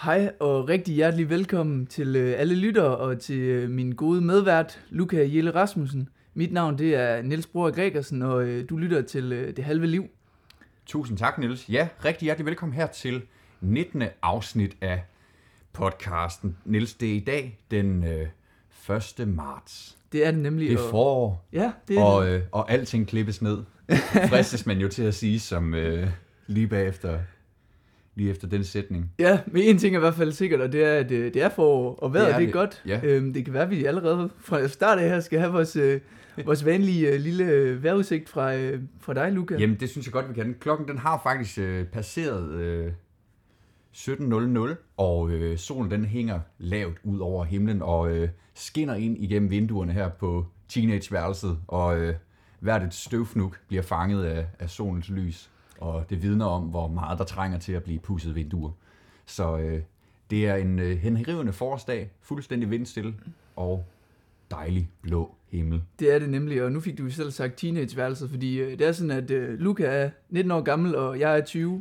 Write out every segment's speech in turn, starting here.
Hej og rigtig hjertelig velkommen til alle lyttere og til min gode medvært, Luca Jelle Rasmussen. Mit navn det er Niels Broer Gregersen, og du lytter til Det Halve Liv. Tusind tak, Niels. Ja, rigtig hjertelig velkommen her til 19. afsnit af podcasten. Niels, det er i dag den 1. marts. Det er det nemlig. Det er forår, ja, det er det. Og alting klippes ned. Fristes man jo til at sige som lige efter den sætning. Ja, men en ting er i hvert fald sikkert, og det er, at det er forår, og vejret det er godt. Ja. Det kan være, at vi allerede fra start af her skal have vores vanlige lille vejrudsigt fra dig, Luca. Jamen, det synes jeg godt, vi kan. Klokken den har faktisk passeret 17.00, og solen den hænger lavt ud over himlen og skinner ind igennem vinduerne her på teenageværelset, og hvert et støvfnug bliver fanget af solens lys, og det vidner om, hvor meget der trænger til at blive pudset vinduer. Så det er en henrivende forårsdag, fuldstændig vindstille og dejlig blå himmel. Det er det nemlig, og nu fik du selv sagt teenageværelset, fordi det er sådan, at Luca er 19 år gammel, og jeg er 20.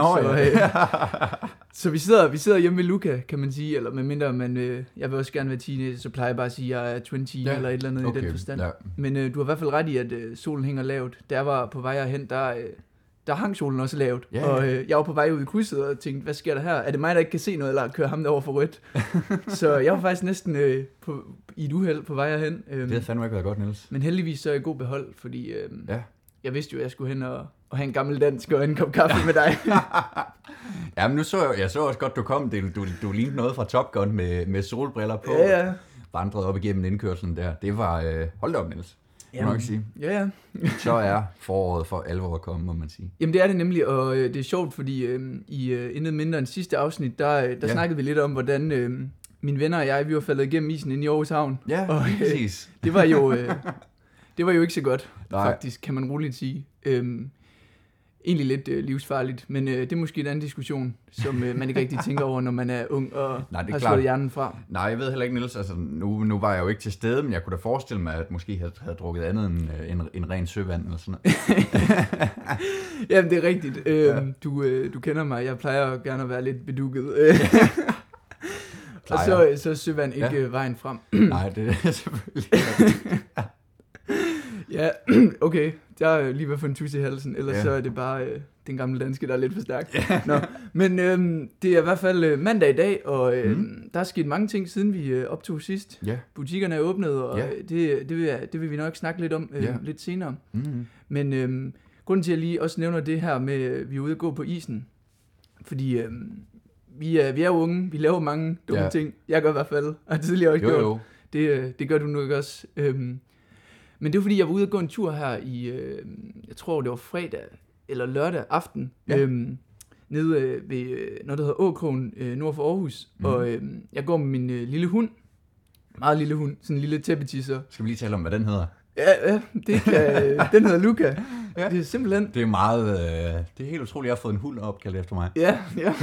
Så vi sidder hjemme ved Luca, kan man sige, eller medmindre jeg vil også gerne være teenager, så plejer jeg bare at sige, at jeg er 20 eller et eller andet i den forstand. Ja. Men du har i hvert fald ret i, at solen hænger lavt. Der var på vej herhen, der hang solen også lavt, og jeg var på vej ud i krydset og tænkte, hvad sker der her? Er det mig, der ikke kan se noget, eller kører ham derover for rødt? Så jeg var faktisk næsten i et uheld på vej herhen. Det havde fandme ikke været godt, Niels. Men heldigvis så er jeg god behold, fordi jeg vidste jo, at jeg skulle hen og have en gammel dansk og en kop kaffe med dig. Jamen nu jeg så også godt, du kom. Du lignede noget fra Top Gun med solbriller på. Ja. Vandrede op igennem indkørslen der. Det var, hold da op, Niels. Jamen, nok sige. Ja. Så er foråret for alvor at komme, må man sige. Jamen det er det nemlig, og det er sjovt, fordi i intet mindre end sidste afsnit, der snakkede vi lidt om, hvordan mine venner og jeg, vi var faldet igennem isen inde i Aarhus Havn. Ja, og, præcis. Det var jo ikke så godt, faktisk, kan man roligt sige. Egentlig lidt livsfarligt, men det er måske en anden diskussion, som man ikke rigtig tænker over, når man er ung og har slået hjernen fra. Nej, jeg ved heller ikke, Niels. Altså, nu var jeg jo ikke til stede, men jeg kunne da forestille mig, at måske havde drukket andet end ren søvand eller sådan noget. Jamen, det er rigtigt. Du kender mig. Jeg plejer gerne at være lidt bedugget. Og så er søvand ikke vejen frem. Nej, det er selvfølgelig. Ja, okay. Der er lige ved at få en tus i halsen, ellers så er det bare den gamle danske, der er lidt for stærk. Nå. Men det er i hvert fald mandag i dag, og der er sket mange ting, siden vi optog sidst. Ja. Butikkerne er åbnet, og det vil vi nok snakke lidt om lidt senere. Mm-hmm. Men grunden til, at jeg lige også nævner det her med, at vi er ude at gå på isen, fordi vi er unge, vi laver mange dumme ting. Jeg gør i hvert fald, og tidligere også gjort. Det gør du nok også. Men det var fordi, jeg var ude og gå en tur her i, jeg tror det var fredag eller lørdag aften, nede ved noget, der hedder Åkrogen, nord for Aarhus. Og jeg går med min lille hund, meget lille hund, sådan en lille tæppetisser. Skal vi lige tale om, hvad den hedder? Ja, den hedder Luca. Ja. Det er simpelthen... Det er meget... det er helt utroligt, jeg har fået en hund opkaldt efter mig. Ja.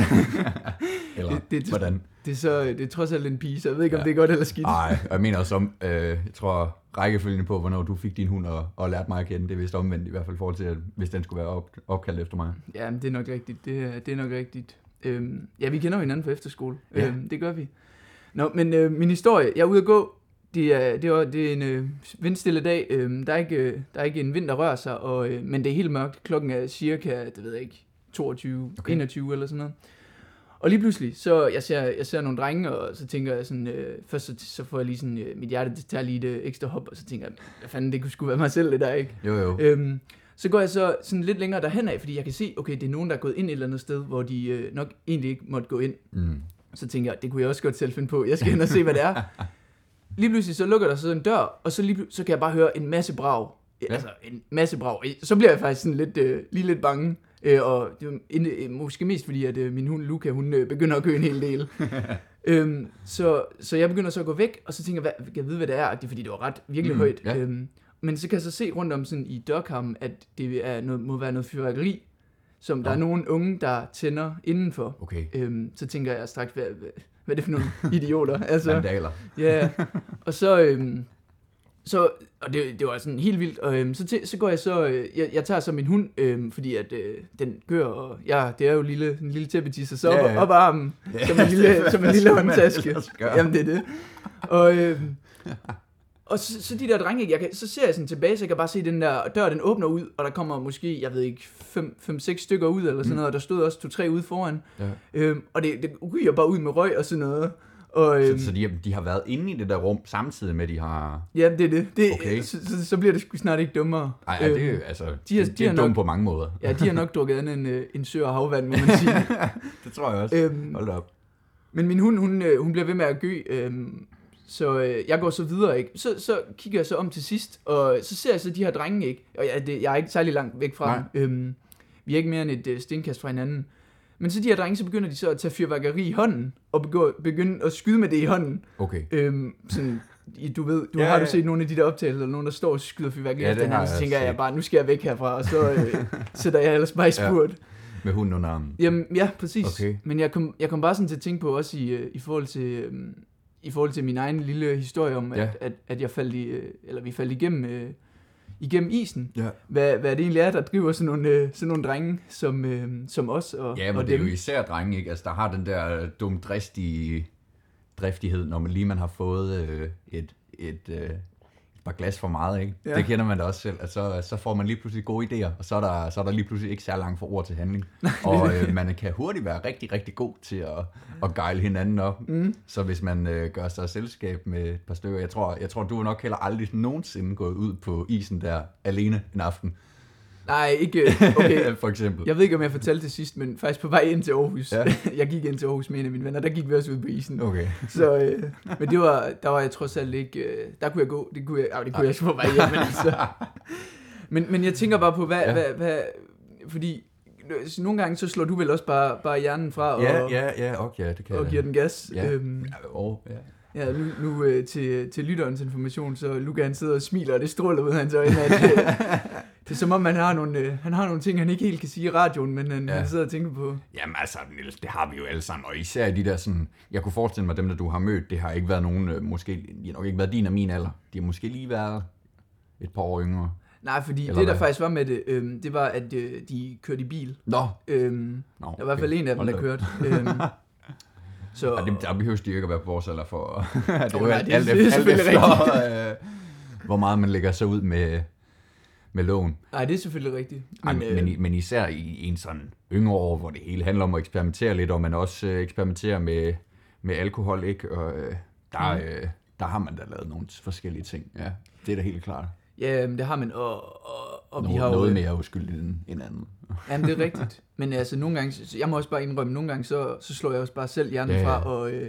Eller hvordan? Det er trods alt en pige, så jeg ved ikke, om det er godt eller skidt. Nej, og jeg mener også jeg tror rækkefølgen på, hvornår du fik din hund og lærte mig at kende, det er vist omvendt i hvert fald i forhold til, at hvis den skulle være opkaldt efter mig. Ja, men det er nok rigtigt. Det er nok rigtigt. Vi kender jo hinanden på efterskole. Ja. Det gør vi. Nå, men min historie, jeg er ude at gå. Det er en vindstille dag. Der er ikke en vind, der rører sig, men det er helt mørkt. Klokken er cirka, det ved jeg ikke, 22, 21 eller sådan noget. Og lige pludselig, så jeg ser nogle drenge, og så tænker jeg sådan, først så får jeg lige sådan, mit hjerte det tager lige et ekstra hop, og så tænker jeg, hvad fanden, det kunne sgu være mig selv, det der, ikke? Jo. Så går jeg så sådan lidt længere derhen af, fordi jeg kan se, okay, det er nogen, der er gået ind et eller andet sted, hvor de nok egentlig ikke måtte gå ind. Så tænker jeg, det kunne jeg også godt selv finde på, jeg skal hen og se, hvad det er. Lige pludselig så lukker der så en dør, og så kan jeg bare høre en masse brag. Altså en masse brag. Så bliver jeg faktisk sådan lidt bange. Og det er måske mest fordi, at min hund Luca, hun begynder at kø en hel del. Så jeg begynder så at gå væk, og så tænker jeg, kan jeg vide, hvad det er? Det er fordi, det var virkelig højt. Ja. Men så kan jeg så se rundt om sådan i dørkarmen, at det er må være noget fyrværkeri, som der er nogle unge, der tænder indenfor. Okay. Så tænker jeg straks, hvad er det for nogle idioter? Altså, vandaler. Ja, og så og det var sådan helt vildt, og så går jeg tager så min hund, fordi at den gør, og det er jo en lille tæppetisser, så op af armen, som en lille håndtaske. Jamen det er det. Og så de der drenge, så ser jeg sådan tilbage, så jeg kan bare se den der dør, den åbner ud, og der kommer måske, jeg ved ikke, 5-6 stykker ud, eller sådan noget, og der stod også 2-3 ude foran. Ja. Og det ryger bare ud med røg og sådan noget. Og, så de har været inde i det der rum, samtidig med, de har... Ja, det er det. Okay. Så bliver det sgu snart ikke dummere. Nej, det er dumt på mange måder. Ja, de har nok drukket andet en sø og havvand, må man sige. Det tror jeg også. Hold da op. Men min hund, hun bliver ved med at gø, så jeg går så videre, ikke? Så kigger jeg så om til sidst, og så ser jeg så de her drenge, ikke? Og jeg er ikke særlig langt væk fra dem. Vi er ikke mere end et stenkast fra hinanden. Men så de her drenge, så begynder de så at tage fyrværkeri i hånden, og begynde at skyde med det i hånden. Okay. Sådan, du ved, har du set nogle af de der optagelser, eller nogen, der står og skyder fyrværkeri efter hinanden, så tænker jeg bare, nu skal jeg væk herfra, og så sætter jeg ellers bare i spurt. Med hunden under armen. Jamen, ja, præcis. Okay. Men jeg kom bare sådan til at tænke på også i forhold til min egen lille historie om, at jeg vi faldt igennem isen. Ja. Hvad det egentlig er, der driver sådan nogle drenge som os og ja, men og det er dem. jo især drenge, ikke? Altså, der har den der driftighed, når man lige har fået et par glas for meget, ikke? Ja. Det kender man da også selv, at så får man lige pludselig gode idéer, og så er der lige pludselig ikke særlig langt fra ord til handling. Og man kan hurtigt være rigtig, rigtig god til at gejle hinanden op. Så hvis man gør sig selskab med et par stykker, jeg tror du er nok heller aldrig nogensinde gået ud på isen der alene en aften. Nej, ikke. Okay. For eksempel. Jeg ved ikke, om jeg fortalte det sidst, men faktisk på vej ind til Aarhus. Ja. Jeg gik ind til Aarhus med en af mine venner, der gik vi også ud på isen. Okay. Så, men der var jeg trods alt ikke, der kunne jeg gå, det kunne jeg så på vej hjem. Altså. Men jeg tænker bare på, hvad fordi nogle gange så slår du vel også bare hjernen fra og, det kan og giver den gas. Ja. Ja, nu til lytterens information, så Luca han sidder og smiler, og det stråler ud af hans øjne. Det er som om, han har nogle ting, han ikke helt kan sige i radioen, men han sidder og tænker på. Jamen altså, Niels, det har vi jo alle sammen, og især i de der sådan, jeg kunne forestille mig, dem der du har mødt, det har ikke været nogen, måske, de har nok ikke været din og min alder, de har måske lige været et par år yngre. Nej, fordi eller det der faktisk var med det, det var, at de kørte i bil. Nå. Der var i hvert fald en af dem, der kørte. Så der behøves de ikke at være på vores alder for at det er selvfølgelig rigtigt. Hvor meget man lægger sig ud med loven. Nej, det er selvfølgelig rigtigt. Men især i en sådan yngre år, hvor det hele handler om at eksperimentere lidt, og man også eksperimenterer med alkohol, ikke? Og der har man da lavet nogle forskellige ting. Ja, det er da helt klart. Ja, det har man, og vi har noget mere uskyldigt end anden. Jamen, det er rigtigt. Men altså, nogle gange, jeg må også bare indrømme, nogle gange, så slår jeg også bare selv hjernen fra,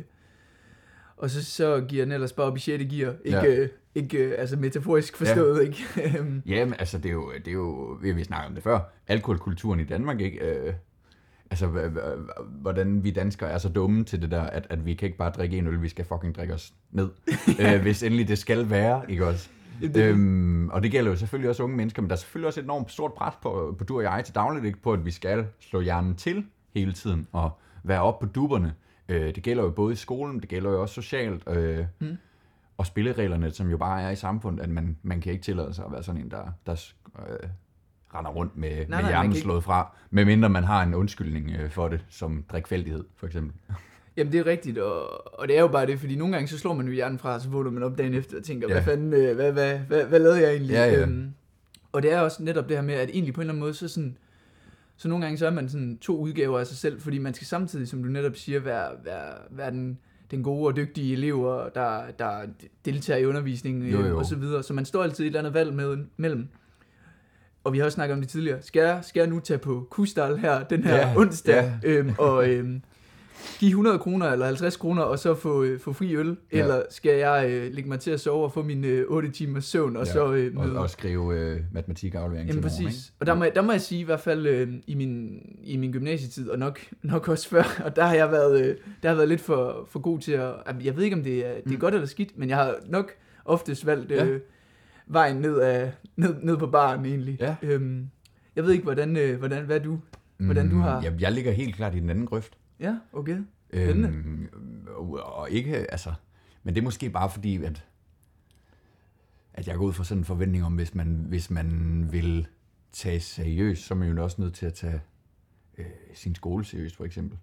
og så giver den ellers bare op i 6. gear. Ikke altså metaforisk forstået, ikke? Jamen, altså, det er jo, vi snakkede om det før, alkoholkulturen i Danmark, ikke? Altså, hvordan vi danskere er så dumme til det der, at vi kan ikke bare drikke en øl, vi skal fucking drikke os ned. Hvis endelig det skal være, ikke også? Og det gælder jo selvfølgelig også unge mennesker, men der er selvfølgelig også et enormt stort pres på du og jeg til dagligt, ikke, på at vi skal slå hjernen til hele tiden og være oppe på dupperne. Det gælder jo både i skolen, det gælder jo også socialt, og spillereglerne, som jo bare er i samfundet, at man kan ikke tillade sig at være sådan en, der render rundt med hjernen slået fra, medmindre man har en undskyldning for det, som drikfældighed for eksempel. Jamen det er rigtigt, og det er jo bare det, fordi nogle gange så slår man jo hjernen fra, og så vågner man op dagen efter og tænker, hvad fanden, hvad lavede jeg egentlig? Ja. Og det er også netop det her med, at egentlig på en eller anden måde, så nogle gange så er man sådan 2 udgaver af sig selv, fordi man skal samtidig, som du netop siger, være den gode og dygtige elever, der deltager i undervisningen og så videre. Så man står altid i et eller andet valg mellem. Og vi har også snakket om det tidligere. Skal jeg nu tage på Kustal her den her onsdag og give 100 kroner eller 50 kroner og så få fri øl? Eller skal jeg lægge mig til at sove og få mine 8 timers søvn og så møde? Og skrive matematikaflevering til morgen, ikke? Og der må jeg sige i hvert fald i min gymnasietid og nok også før, og der har jeg været lidt for god til at, jeg ved ikke om det er godt eller skidt, men jeg har nok oftest valgt vejen ned på baren egentlig. Ja. Jeg ved ikke hvordan du har. Jeg ligger helt klart i den anden grøft. Ja, okay. Og ikke, altså, men det er måske bare fordi, at at jeg går ud fra sådan en forventning om, hvis man vil tage seriøst, så er man jo også nødt til at tage sin skole seriøst, for eksempel.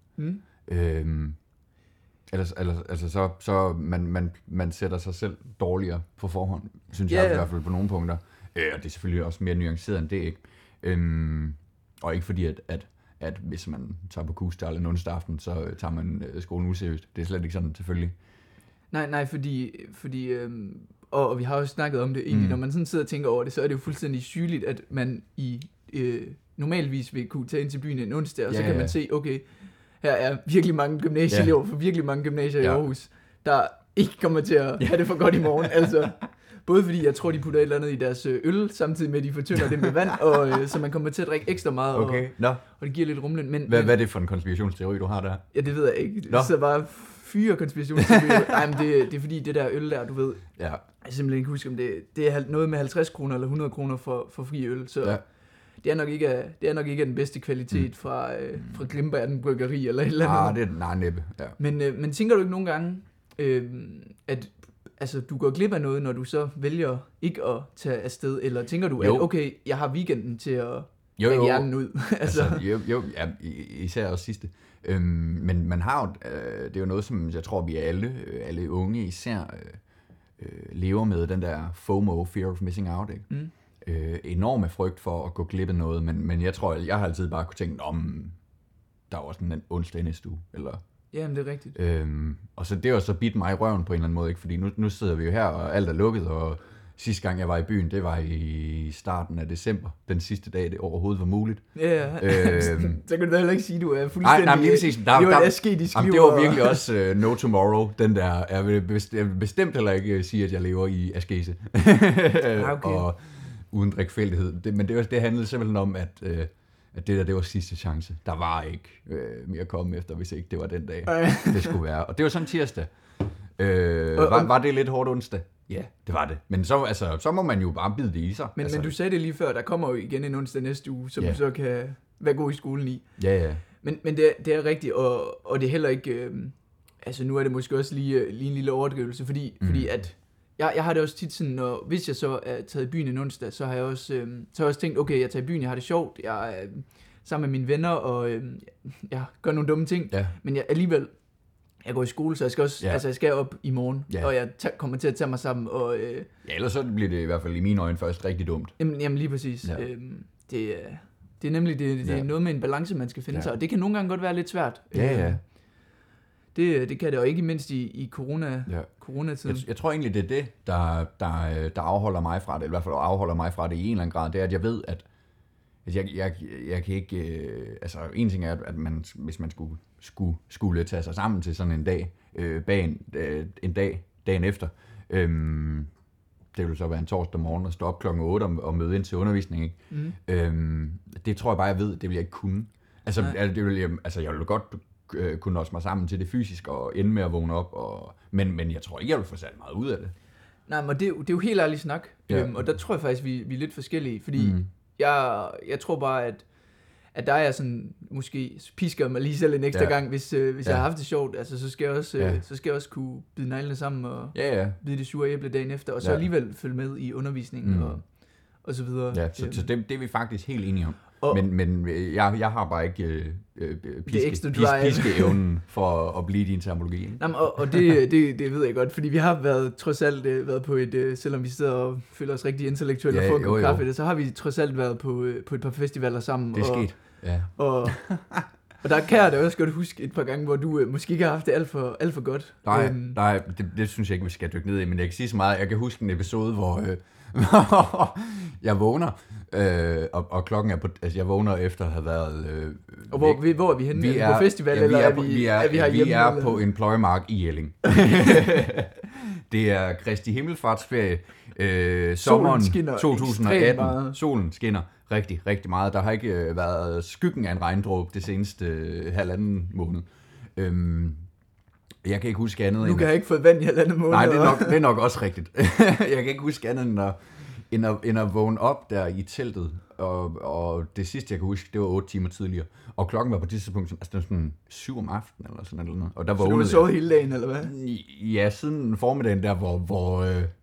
Altså så man sætter sig selv dårligere på forhånd, synes jeg i hvert fald på nogle punkter. Og det er selvfølgelig også mere nuanceret end det, ikke? Og ikke fordi, at hvis man tager på Kustal en onsdag aften, så tager man skolen useriøst. Det er slet ikke sådan, selvfølgelig. Nej, fordi og vi har jo snakket om det egentlig, når man sådan sidder og tænker over det, så er det jo fuldstændig sygeligt, at man normalvis vil kunne tage ind til byen en onsdag, og så kan man se, okay, her er virkelig mange gymnasieelever for virkelig mange gymnasier i Aarhus, der ikke kommer til at have det for godt i morgen. Altså, både fordi jeg tror, de putter et eller andet i deres øl, samtidig med, at de fortynder det med vand, og så man kommer til at drikke ekstra meget, og det giver lidt rumlen. Men, hvad er det for en konspirationsteori, du har der? Ja, det ved jeg ikke. Så bare 4 konspirationsteorier. Nej, men det er fordi, det der øl der, du ved, jeg simpelthen ikke husker, om det er noget med 50 kroner eller 100 kroner for fri øl, så det er nok ikke den bedste kvalitet fra Glimbergen Bryggeri eller et eller andet. Det er næppe. Ja. Men tænker du ikke nogle gange, at altså, du går glip af noget, når du så vælger ikke at tage afsted, eller tænker du, at okay, jeg har weekenden til at lægge hjernen ud? Især også sidste. Men man har jo, det er jo noget, som jeg tror, vi alle unge især lever med, den der FOMO, Fear of Missing Out, ikke? Enorme frygt for at gå glip af noget, men jeg tror, jeg har altid bare kunne tænke, der er også en onsdag næste uge, eller... Jamen, det er rigtigt. Og så det var så bidt mig i røven på en eller anden måde, ikke? Fordi nu sidder vi jo her, og alt er lukket, og sidste gang jeg var i byen, det var i starten af december, den sidste dag, det overhovedet var muligt. Så kan du da heller ikke sige, at du er fuldstændig... Nej, lige præcis. Det var et asketisk liv. Det var virkelig også no tomorrow, den der. Jeg vil bestemt heller ikke sige, at jeg lever i askese. Og uden drikfældighed. Men det handlede simpelthen om, at det var sidste chance. Der var ikke mere at komme efter, hvis ikke det var den dag, det skulle være. Og det var sådan tirsdag. Var det lidt hårdt onsdag? Ja, det var det. Men så må man jo bare bide det i sig. Men du sagde det lige før, der kommer jo igen en onsdag næste uge, som du så kan være god i skolen i. Ja. Men det er rigtigt, og det er heller ikke... nu er det måske også lige en lille overdrivelse, fordi at... Jeg har det også tit sådan, hvis jeg så er taget i byen en onsdag, så har jeg også tænkt, okay, jeg tager i byen, jeg har det sjovt, jeg er sammen med mine venner, og jeg gør nogle dumme ting, men jeg går i skole, så jeg skal også, jeg skal op i morgen, og jeg kommer til at tage mig sammen. Og, ellers så bliver det i hvert fald i mine øjne først rigtig dumt. Jamen lige præcis. Det er nemlig det er noget med en balance, man skal finde sig, og det kan nogle gange godt være lidt svært. Det kan det, og ikke mindst i coronatiden. Jeg tror egentlig, det er det, der afholder mig fra det, eller i hvert fald afholder mig fra det i en eller anden grad, det er, at jeg ved, at jeg kan ikke... en ting er, at man, hvis man skulle tage sig sammen til sådan en dag, dagen efter, det vil så være en torsdag morgen og stå op klokken 8 og møde ind til undervisning, ikke? Det tror jeg bare, jeg ved, det vil jeg ikke kunne. Jeg vil godt kunne også mig sammen til det fysiske og ende med at vågne op, men jeg tror ikke, jeg vil få sat meget ud af det. Nej, men det er jo helt ærlig snak, og der tror jeg faktisk, vi er lidt forskellige, fordi jeg tror bare, at der er sådan, måske pisker mig lige selv en ekstra gang, hvis jeg har haft det sjovt, altså så skal jeg også kunne bide neglene sammen og bide det sure æble dagen efter, og så alligevel følge med i undervisningen og så videre. Ja, så det er vi faktisk helt enige om. Men jeg har bare ikke piskeevnen for at blive din terminologi. Jamen, og det ved jeg godt, fordi vi har trods alt været på selvom vi sidder og føler os rigtig intellektuelle og får en kop kaffe, så har vi trods alt været på et par festivaler sammen. Det er sket, ja. Og der kan jeg da også godt huske et par gange, hvor du måske ikke har haft det alt for godt. Nej, det synes jeg ikke, vi skal dykke ned i, men jeg kan sige så meget. Jeg kan huske en episode, hvor jeg vågner, og klokken er på... Altså, jeg vågner efter at have været... og hvor er vi henne? Er vi på festival, eller er vi herhjemme? Vi er på en pløjemark i Jelling. Det er Kristi Himmelfartsferie. Sommeren 2018. Solen skinner rigtig, rigtig meget. Der har ikke været skyggen af en regndråbe det seneste halvanden måned. Jeg kan ikke huske andet end... Du har ikke fået vand i halvanden måned. Nej, det er nok også rigtigt. Jeg kan ikke huske andet end at vågne op der i teltet. Og det sidste, jeg kan huske, det var 8 timer tidligere. Og klokken var på det tidspunkt sådan 7 om aftenen eller sådan noget. Og der så du har sovet hele dagen, eller hvad? Ja, siden formiddagen der,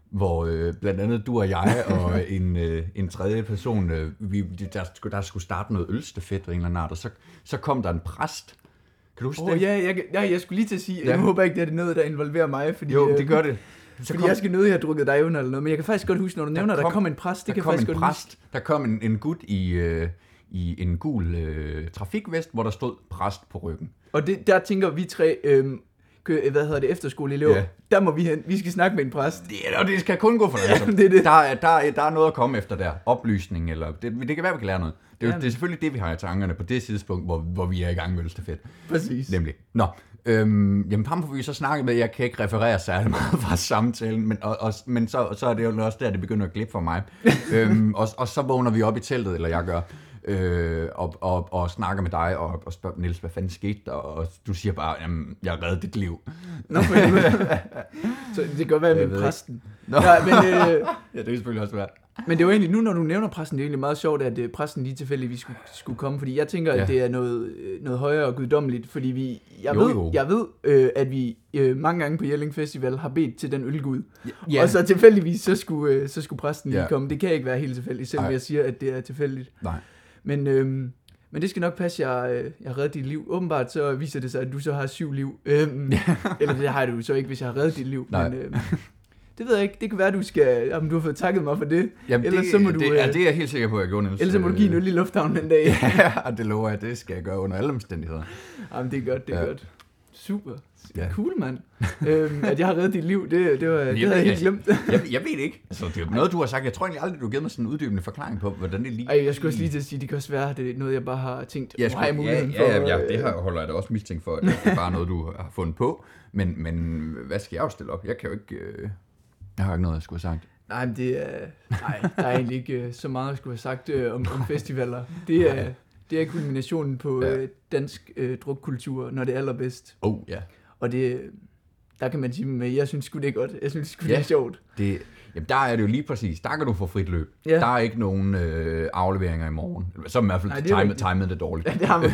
hvor blandt andet du og jeg og en tredje person, der skulle starte noget ølstafet af en eller anden art, og så kom der en præst. Kan du huske det? Jeg skulle lige til at sige, jeg håber ikke, det er noget, der involverer mig, fordi... Jo, det gør det. Fordi jeg skal nødt til at have drukket dig under eller noget, men jeg kan faktisk godt huske, når du nævner, der kom en præst, det kan faktisk godt huske. Der kom en gut i en gul trafikvest, hvor der stod præst på ryggen. Og der tænker vi tre... efterskoleelever, der må vi hen. Vi skal snakke med en præst. Det skal kun gå for langsomt. Det. Der er noget at komme efter der. Oplysning, eller det kan være, vi kan lære noget. Det er selvfølgelig det, vi har i tankerne på det tidspunkt, hvor vi er i gang med ølstafet. Præcis. Nemlig. Nå, jamen ham får vi så snakket med. Jeg kan ikke referere særlig meget fra samtalen, men så er det jo også der, det begynder at glippe for mig. Og så vågner vi op i teltet, eller jeg gør, og snakker med dig og spørger, Niels, hvad fanden skete der? Og du siger bare, jamen, jeg reddede dit liv. Nå, så det kan godt være med præsten. Ja, men, det kan selvfølgelig også være. Men det er jo egentlig, nu når du nævner præsten, det er egentlig meget sjovt, at præsten lige tilfældigvis skulle komme, fordi jeg tænker, at det er noget højere og guddommeligt, fordi jeg ved, at vi mange gange på Jelling Festival har bedt til den ølgud, og så tilfældigvis, så skulle præsten lige komme. Det kan ikke være helt tilfældigt, selvom jeg siger, at det er tilfældigt. Nej. Men det skal nok passe, jeg redder dit liv. Åbenbart så viser det sig, at du så har 7 liv. Eller det har du så ikke, hvis jeg har reddet dit liv. Nej. Men det ved jeg ikke. Det kan være, du har fået takket mig for det. Jamen, ellers så må du, det er jeg helt sikker på, at jeg gjorde, Niels. Ellers så må du give en øl i lufthavnen den dag. Ja, det lover jeg. Det skal jeg gøre under alle omstændigheder. Jamen, det er godt, det er godt. Super. Ja. Cool, mand. At jeg har reddet dit liv, det havde jeg helt glemt. Jeg ved ikke. Altså, det er noget, du har sagt. Jeg tror egentlig aldrig, du har givet mig sådan en uddybende forklaring på, hvordan det lige... Jeg skulle også lige til at sige, det kan også være, det er noget, jeg bare har tænkt, det holder jeg da også mistænkt for, at det er bare noget, du har fundet på. Men hvad skal jeg jo stille op? Jeg kan jo ikke... Jeg har ikke noget, jeg skulle have sagt. Nej, men der er egentlig ikke så meget, jeg skulle have sagt om festivaler. Det er kulminationen på dansk drukkultur, når det er allerbedst. Ja. Og der kan man sige, men jeg synes sgu det er godt. Jeg synes sgu det er sjovt. Jamen, der er det jo lige præcis. Der kan du få frit løb. Ja. Der er ikke nogen afleveringer i morgen. Så i hvert fald timet det dårligt. Ja, det har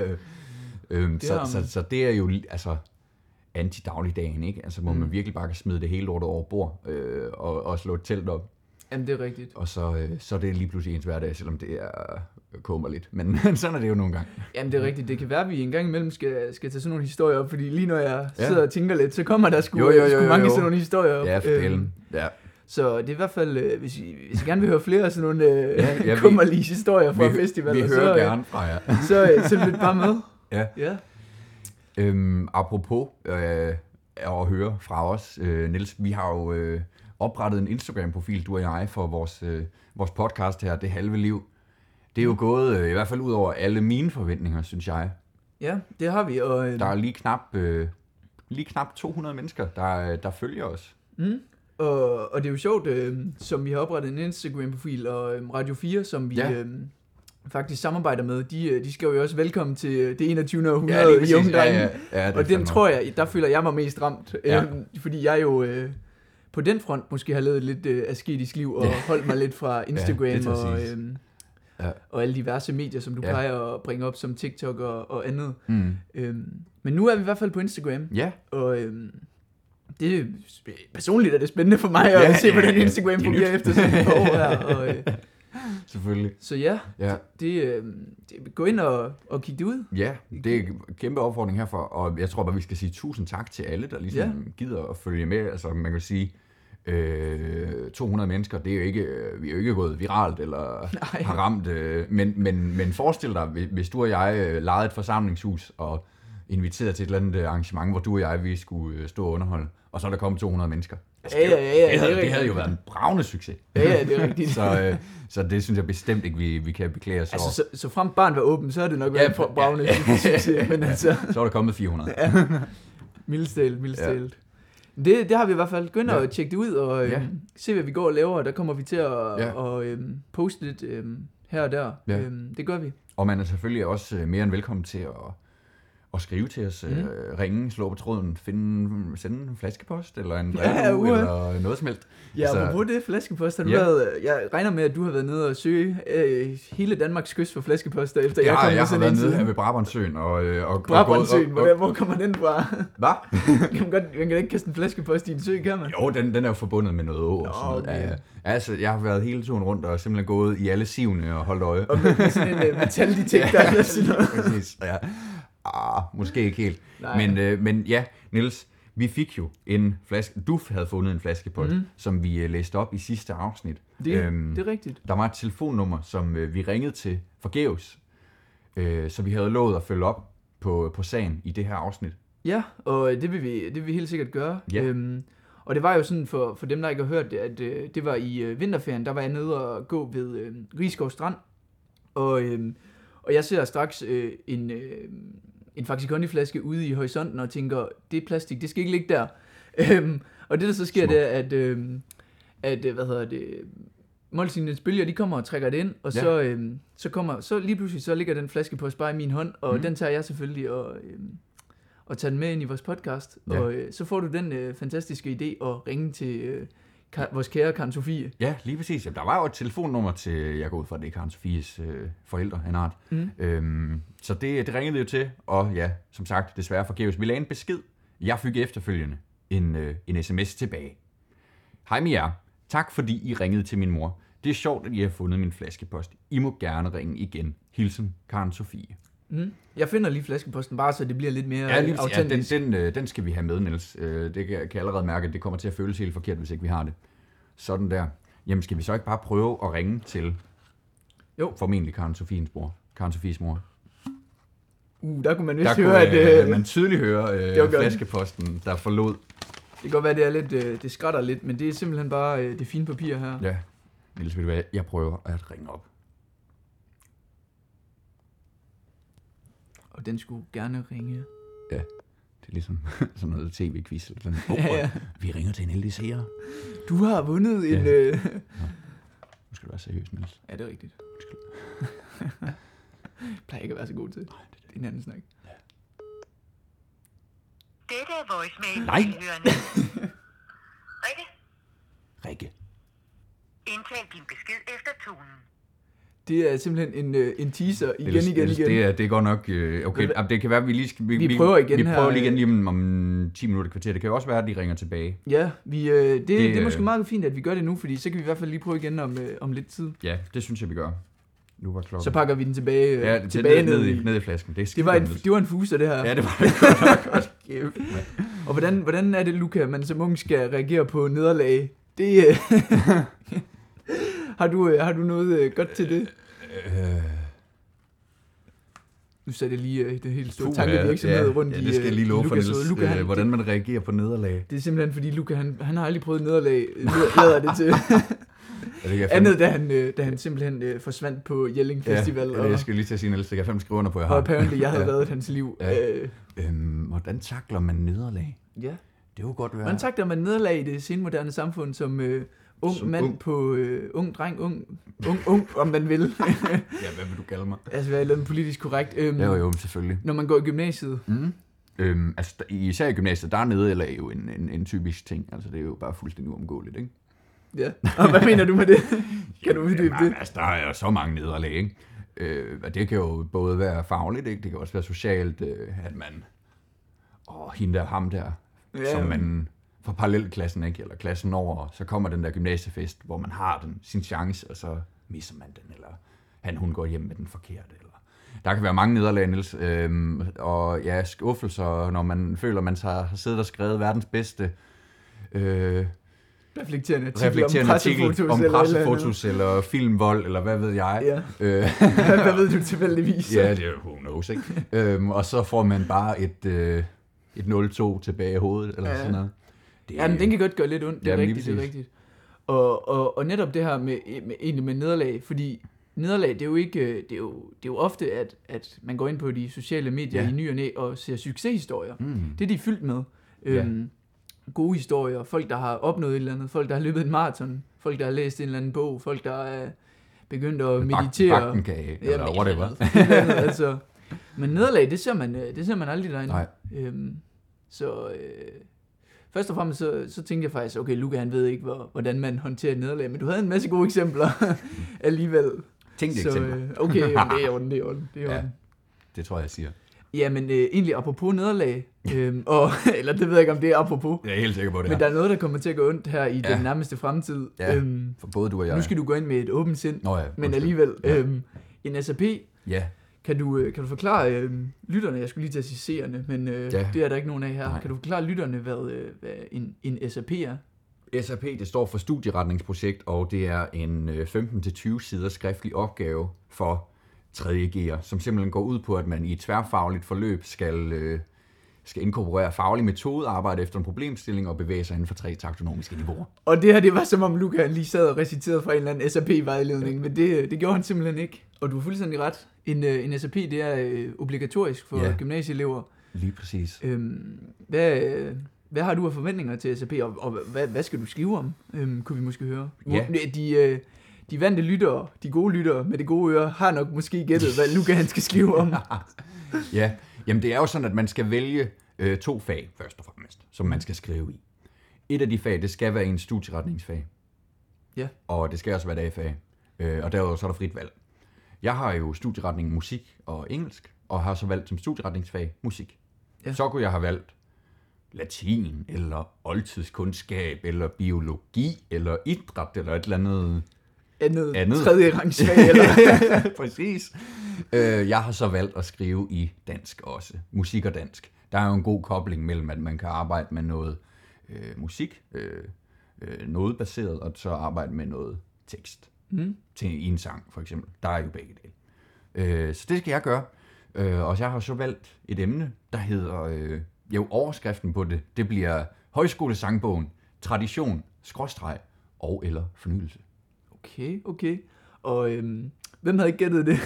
man godt. Så det er jo altså anti-dagligdagen, ikke? Altså, hvor man virkelig bare kan smide det hele lortet over bord og slå et telt op. Jamen, det er rigtigt. Og så er det lige pludselig ens hverdag, selvom det er kummerligt. Men sådan er det jo nogle gange. Jamen, det er rigtigt. Det kan være, at vi en gang imellem skal tage sådan nogle historier op, fordi lige når jeg sidder og tænker lidt, så kommer der sgu mange sådan nogle historier op. Ja, fortælle. Ja. Så det er i hvert fald, hvis I gerne vil høre flere sådan nogle kummerlige historier fra festivaler, vi hører gerne fra jer. Så lyt bare med. Ja. Apropos at høre fra os, Niels, vi har jo oprettet en Instagram-profil, du og jeg, for vores podcast her, Det Halve Liv. Det er jo gået i hvert fald ud over alle mine forventninger, synes jeg. Ja, det har vi. Og der er lige knap 200 mennesker, der følger os. Mm. Og det er jo sjovt, som vi har oprettet en Instagram-profil, og Radio 4, som vi faktisk samarbejder med, de skal jo også velkommen til det 21. århundrede i Ungdrengen. Og den tror jeg, der føler jeg mig mest ramt, fordi jeg jo på den front måske har levet lidt asketisk liv, og holdt mig lidt fra Instagram og alle diverse medier, som du plejer at bringe op som TikTok og andet. Men nu er vi i hvert fald på Instagram, og det personligt er det spændende for mig at se, hvordan Instagram fungerer efter sådan et par år her. Og, selvfølgelig. Så det gå ind og kigge det ud. Ja, det er en kæmpe opfordring herfor, og jeg tror bare, vi skal sige tusind tak til alle, der ligesom gider at følge med. Altså man kan sige, 200 mennesker, det er jo ikke, vi er jo ikke gået viralt eller har ramt, men forestil dig, hvis du og jeg lejede et forsamlingshus og inviteret til et eller andet arrangement, hvor du og jeg, vi skulle stå og underholde, og så er der kommet 200 mennesker. Altså, det havde jo været en bravende succes. Ja, det er rigtigt. Så det synes jeg bestemt ikke, vi kan beklage os over. Altså, så frem barn var åben, så er det nok været en bravende succes. Men altså, så er der kommet 400. Mildestalt. Det har vi i hvert fald. Begynder at tjekke det ud og se, hvad vi går og laver. Og der kommer vi til at poste lidt her og der. Det gør vi. Og man er selvfølgelig også mere end velkommen til at skrive til os, ringe, slå på tråden, sende en flaskepost, eller en brev, eller noget som helst. Ja, apropos det, flaskepost, har du været, jeg regner med, at du har været nede og søge hele Danmarks kyst for flaskeposter, efter jeg kom med sådan en jeg har været nede ved Brabrandssøen. Brabrandssøen, hvor kommer den fra? Hvad? Man kan ikke kaste en flaskepost i en sø, kan man? Jo, den er jo forbundet med noget å og sådan noget. Okay. Ja. Altså, jeg har været hele turen rundt og simpelthen gået i alle sivene og holdt øje. Og med sådan en metaldetektor eller sådan noget. Præcis, ja. Måske ikke helt. Men ja, Niels, vi fik jo en flaske. Du havde fundet en flaskepost, som vi læste op i sidste afsnit. Det er rigtigt. Der var et telefonnummer, som vi ringede til forgæves. Så vi havde lovet at følge op på sagen i det her afsnit. Ja, og det vil vi helt sikkert gøre. Ja. Og det var jo sådan, for dem, der ikke har hørt det, at det var i vinterferien, der var jeg nede og gå ved Rigskov Strand. Og jeg ser straks en Faxi Kondi-flaske ude i horisonten og tænker, det er plastik, det skal ikke ligge der. Og det, der så sker, det er, at Molslinjens bølger, de kommer og trækker det ind, og så lige pludselig, så ligger den flaskepost bare i min hånd, og den tager jeg selvfølgelig og tager den med ind i vores podcast. Ja. Og så får du den fantastiske idé at ringe til vores kære Karen Sofie. Ja, lige præcis. Jamen, der var jo et telefonnummer til, jeg går ud fra, det er Karen Sofies forældre, en art. Så det ringede jo til, og ja, som sagt, desværre forgæves. Vi lagde en besked. Jeg fik efterfølgende en sms tilbage. Hej med jer. Tak fordi I ringede til min mor. Det er sjovt, at I har fundet min flaskepost. I må gerne ringe igen. Hilsen, Karen Sofie. Jeg finder lige flaskeposten, bare så det bliver lidt mere autentisk. Ja, den skal vi have med, Niels. Det kan jeg allerede mærke, at det kommer til at føles helt forkert, hvis ikke vi har det. Sådan der. Jamen, skal vi så ikke bare prøve at ringe til formentlig Karen Sofies mor? Der kunne man vist høre, at man tydeligt høre flaskeposten, der forlod. Det kan godt være, det er lidt, det skrætter lidt, men det er simpelthen bare det fine papir her. Ja, Niels, ved du hvad? Jeg prøver at ringe op. Og den skulle gerne ringe. Ja, det er ligesom sådan noget tv-quiz. Vi ringer til en heldig seer. Du har vundet en... Nu skal du være seriøs, Niels. Ja, det er rigtigt. Plejer ikke at være så god til. Nej, det er en anden snak. Ja. Dette er voicemail. Nej! Rikke. Indtal din besked efter tonen. Det er simpelthen en teaser igen. Det er godt nok... Okay, det kan være, at vi prøver igen her. Vi prøver lige igen om 10 minutter kvarter. Det kan jo også være, at de ringer tilbage. Ja, det er måske meget fint, at vi gør det nu, fordi så kan vi i hvert fald lige prøve igen om lidt tid. Ja, det synes jeg, vi gør. Nu var klokken. Så pakker vi den tilbage, ned i flasken. Det var en fuser, det her. Ja, det var det godt nok. Og hvordan er det, Luca, man som ung skal reagere på nederlag? Det... Har du noget godt til det? Nu satte jeg lige det helt store tankevirksomhed rundt i... Ja, det skal jeg lige love for Niels, hvordan man reagerer på nederlag. Det er simpelthen fordi Luca, han har aldrig prøvet nederlag, lader det til. Andet, da han simpelthen forsvandt på Jelling Festival. Ja, jeg skal lige til at sige, Niels, jeg kan skrive under på, jeg har. Og apparently, jeg havde været hans liv. Ja. Hvordan takler man nederlag? Ja. Det er jo godt være. Hvordan takler man nederlag i det senmoderne samfund som... ung mand på ung dreng, ung, om man vil. Ja, hvad vil du kalde mig? Altså, hvad er lidt politisk korrekt? Jo, selvfølgelig. Når man går i gymnasiet. Altså, især i gymnasiet, der er nederlag jo en typisk ting. Altså, det er jo bare fuldstændig uomgåeligt, ikke? Ja, og hvad mener du med det? Kan du uddybe det? Altså, der er jo så mange nederlag, ikke? Det kan jo både være fagligt, ikke? Det kan også være socialt, at man... hende der, ham der, som man... fra parallelklassen, ikke? Eller klassen over, så kommer den der gymnasiefest, hvor man har sin chance, og så misser man den, eller hun går hjem med den forkerte. Eller... Der kan være mange nederlag, Niels, og ja, skuffelser, når man føler, man har siddet og skrevet verdens bedste reflekterende artikel om pressefotos, eller filmvold, eller hvad ved jeg. Ja. Hvad ved du tilfældigvis? Ja, det er who knows, ikke? Og så får man bare et 0-2 tilbage i hovedet, eller sådan noget. Men den kan godt gøre lidt ondt, det er rigtigt. Og netop det her med nederlag, fordi nederlag, det er jo ikke, det er jo ofte, at man går ind på de sociale medier i ny og næ og ser succeshistorier. Det er de fyldt med. Gode historier, folk, der har opnået et eller andet, folk, der har løbet en maraton, folk, der har læst en eller anden bog, folk, der er begyndt at meditere. Bakkenkage, eller whatever. Altså, Men nederlag, det ser man aldrig derinde. Nej. Først og fremmest så tænkte jeg faktisk, okay, Luca han ved ikke, hvordan man håndterer et nederlag, men du havde en masse gode eksempler alligevel. Tænkte eksempler. Okay, det er orden. Ja, det tror jeg siger. Ja, men egentlig apropos nederlag, eller det ved jeg ikke, om det er apropos. Jeg er helt sikker på det. Men der er noget, der kommer til at gå ondt her i den nærmeste fremtid. Ja, for både du og jeg. Nu skal du gå ind med et åbent sind, men alligevel en SAP. Ja. Kan du forklare lytterne, jeg skulle lige til at sige seerne, men det er der ikke nogen af her. Nej. Kan du forklare lytterne, hvad en SAP er? SAP, det står for studieretningsprojekt, og det er en 15-20 sider skriftlig opgave for 3. G'er, som simpelthen går ud på, at man i et tværfagligt forløb skal inkorporere faglig metode, arbejde efter en problemstilling og bevæge sig inden for 3 taksonomiske niveauer. Og det her, det var som om Luca lige sad og reciterede fra en eller anden SAP-vejledning, men det gjorde han simpelthen ikke. Og du har fuldstændig ret. En SAP, det er obligatorisk for gymnasieelever. Lige præcis. Hvad har du af forventninger til SAP, og hvad skal du skrive om, kunne vi måske høre? Ja. De vante lyttere, de gode lyttere med det gode øre, har nok måske gættet, hvad Luca han skal skrive om. Ja, jamen det er jo sådan, at man skal vælge 2 fag, først og fremmest, som man skal skrive i. Et af de fag, det skal være en studieretningsfag. Ja. Og det skal også være et A-fag. Og derudover så er der frit valg. Jeg har jo studieretning musik og engelsk, og har så valgt som studieretningsfag musik. Ja. Så kunne jeg have valgt latin, eller oldtidskundskab, eller biologi, eller idræt, eller et eller andet. Tredje rangsfag, eller? Præcis. Jeg har så valgt at skrive i dansk også. Musik og dansk. Der er jo en god kobling mellem, at man kan arbejde med noget musik, noget baseret, og så arbejde med noget tekst. Til en sang, for eksempel. Der er jo begge dele. Så det skal jeg gøre. Og jeg har så valgt et emne, der hedder... overskriften på det bliver Højskolesangbogen, tradition, skråstreg og eller fornyelse. Okay. Og hvem havde ikke gættet det?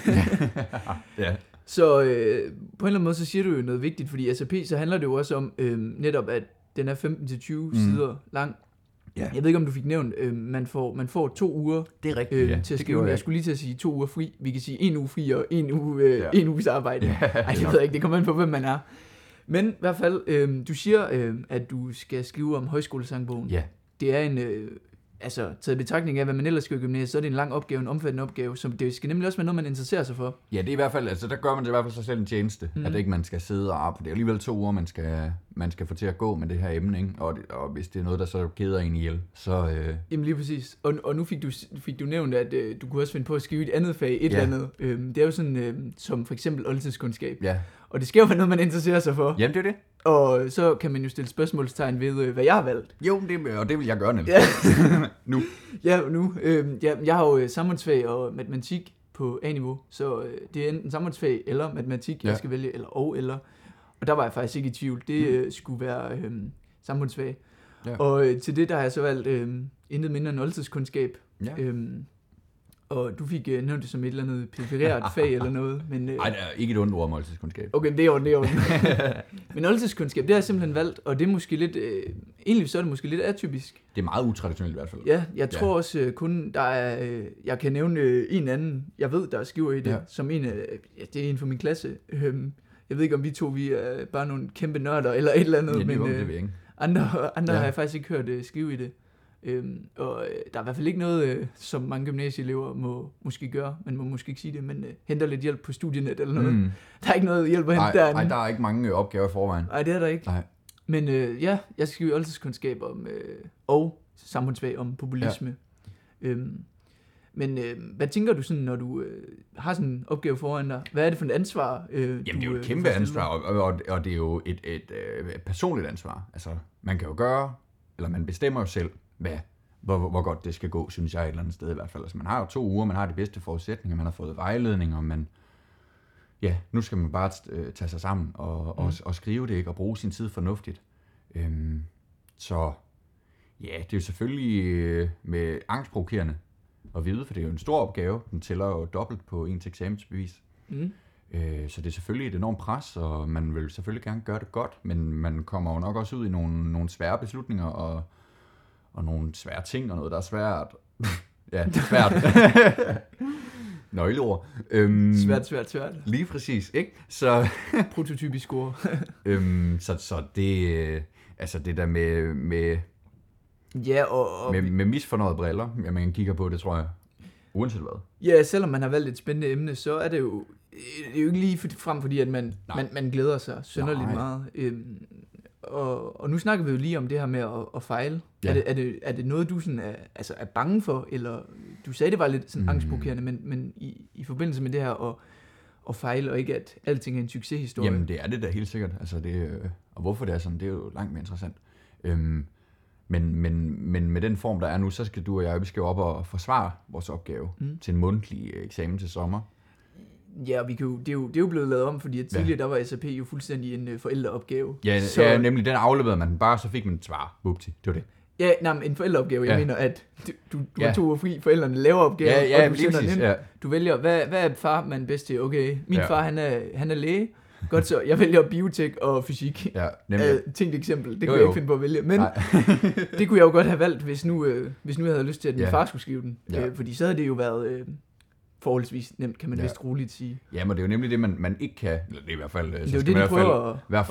Ja. Så på en eller anden måde, så siger du jo noget vigtigt, fordi SAP, så handler det jo også om netop, at den er 15-20 sider lang. Ja. Jeg ved ikke, om du fik nævnt, man får 2 uger det er rigtigt, til at skrive. Jeg skulle lige til at sige 2 uger fri. Vi kan sige 1 uge fri og 1 uges arbejde. Ej, det ved jeg ikke. Det kommer an på, hvem man er. Men i hvert fald, du siger, at du skal skrive om højskolesangbogen. Ja. Det er en, taget betragtning af, hvad man ellers skal i gymnasiet, så er det en lang opgave, en omfattende opgave, som det skal nemlig også være noget, man interesserer sig for. Ja, det er i hvert fald, der gør man det i hvert fald sig selv en tjeneste, at ikke man skal sidde og arbejde. Det er alligevel 2 uger, man skal få til at gå med det her emne, ikke? Og hvis det er noget, der så keder en ihjel, så... Jamen lige præcis. Og nu fik du nævnt, at du kunne også finde på at skrive et andet fag, eller andet. Det er jo sådan, som for eksempel oldtidskundskab. Ja. Og det skal jo være noget, man interesserer sig for. Jamen, det er det. Og så kan man jo stille spørgsmålstegn ved, hvad jeg har valgt. Jo, det vil jeg gøre nemlig. Ja. Nu. Ja, nu. Jeg har jo samfundsfag og matematik på A-niveau, så det er enten samfundsfag eller matematik, jeg skal vælge, eller. Og der var jeg faktisk ikke i tvivl. Det skulle være samfundsfag. Ja. Og til det, der har jeg så valgt intet mindre end oldtidskundskab. Ja. Og du fik nævnt det som et eller andet periferet fag eller noget. Nej, det er ikke et ondt ord om oldtidskundskab. Okay, det er ondt. Men oldtidskundskab, det har jeg simpelthen valgt, og det er måske lidt, egentlig så er det måske lidt atypisk. Det er meget utraditionelt i hvert fald. Ja, jeg tror også kun, der er, jeg kan nævne en anden, jeg ved, der skriver i det, som en af, det er en fra min klasse. Jeg ved ikke, om vi er bare nogle kæmpe nørder eller et eller andet, ja, men det ved jeg ikke. andre har jeg faktisk ikke hørt skrive i det. Og der er i hvert fald ikke noget, som mange gymnasieelever må måske gøre. Man må måske ikke sige det, men henter lidt hjælp på studienet eller noget. Der er ikke noget hjælp at hente derinde. Nej, der er ikke mange opgaver i forvejen. Nej, det er der ikke. Nej. Men jeg skal skrive oldtidskundskab om, og samfundsfag om populisme. Ja. Men hvad tænker du sådan, når du har sådan en opgave foran dig? Hvad er det for et ansvar? Jamen, det er jo et kæmpe ansvar, og det er jo et personligt ansvar. Altså, man kan jo gøre, eller man bestemmer jo selv, hvor godt det skal gå, synes jeg et eller andet sted i hvert fald. Altså, man har jo 2 uger, man har de bedste forudsætninger, man har fået vejledninger, men ja, nu skal man bare tage sig sammen og skrive det, ikke, og bruge sin tid fornuftigt. Så ja, det er jo selvfølgelig med angstprovokerende at vide, for det er jo en stor opgave. Den tæller jo dobbelt på ens eksamensbevis. Så det er selvfølgelig et enormt pres, og man vil selvfølgelig gerne gøre det godt, men man kommer jo nok også ud i nogle svære beslutninger, og nogle svære ting, og noget, der er svært. Ja, det er svært. Nøgleord. Svært. Lige præcis, ikke? Så, Prototypisk ord. så det, altså det der med Ja, og med misfornøjede briller, ja, man kigger på det, tror jeg, uanset hvad. ja, selvom man har valgt et spændende emne, så er det jo ikke lige frem, fordi at man glæder sig synderligt meget. Og nu snakker vi jo lige om det her med at fejle. Ja. Er det noget, du sådan er bange for? Eller du sagde, det var lidt sådan angstprovokerende, men i forbindelse med det her at fejle, og ikke at alting er en succeshistorie? Jamen, det er det da helt sikkert. Altså, og hvorfor det er sådan, det er jo langt mere interessant. Men med den form, der er nu, så skal du og jeg, vi skal op og forsvare vores opgave til en mundtlig eksamen til sommer. Ja, det er jo blevet lavet om, fordi at tidligere der var SAP jo fuldstændig en forældreopgave. Ja, nemlig den afleverede man bare, så fik man et svar. Bupti, det var det. Ja, men en forældreopgave, jeg mener, at du har 2 uger fri, forældrene laver opgaver, og du sender den ind. Ja. Du vælger, hvad er far man bedst til? Okay, min far, han er læge. Godt så, jeg vælger biotek og fysik. Ja, tænkt eksempel, det kunne jeg ikke finde på at vælge. Men det kunne jeg jo godt have valgt, hvis nu jeg havde lyst til, at min far skulle skrive den. Fordi så havde det jo været forholdsvis nemt, kan man vist roligt sige. Ja, men det er jo nemlig det, man ikke kan, eller det er i hvert fald, så skal man i hvert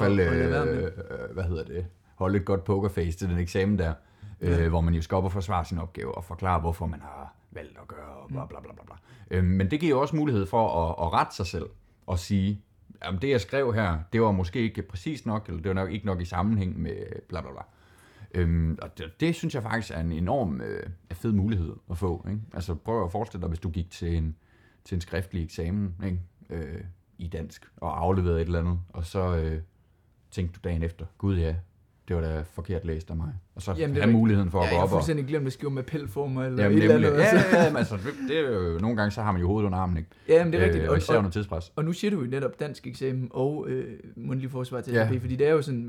fald holde et godt pokerface til den eksamen der, hvor man jo skal op og forsvare sin opgave og forklare, hvorfor man har valgt at gøre, og bla bla bla bla. Men det giver jo også mulighed for at rette sig selv og sige, jamen det jeg skrev her, det var måske ikke præcis nok, eller det var nok ikke nok i sammenhæng med bla bla bla. Og det synes jeg faktisk er en enorm fed mulighed at få. Ikke? Altså prøv at forestille dig, hvis du gik til en skriftlig eksamen, ikke? I dansk og afleverede et eller andet, og så tænkte du dagen efter, gud ja, det var da forkert læst af mig. Og så have muligheden for at gå op. Jeg har fuldstændig glemt at skrive med appelformer eller et eller andet. Ja, altså, det er jo, nogle gange så har man jo hovedet under armen, ikke? Ja, men det er rigtigt. Og især under tidspres. Og nu siger du jo netop dansk eksamen og mundtlig forsvar til SAP, fordi det er jo sådan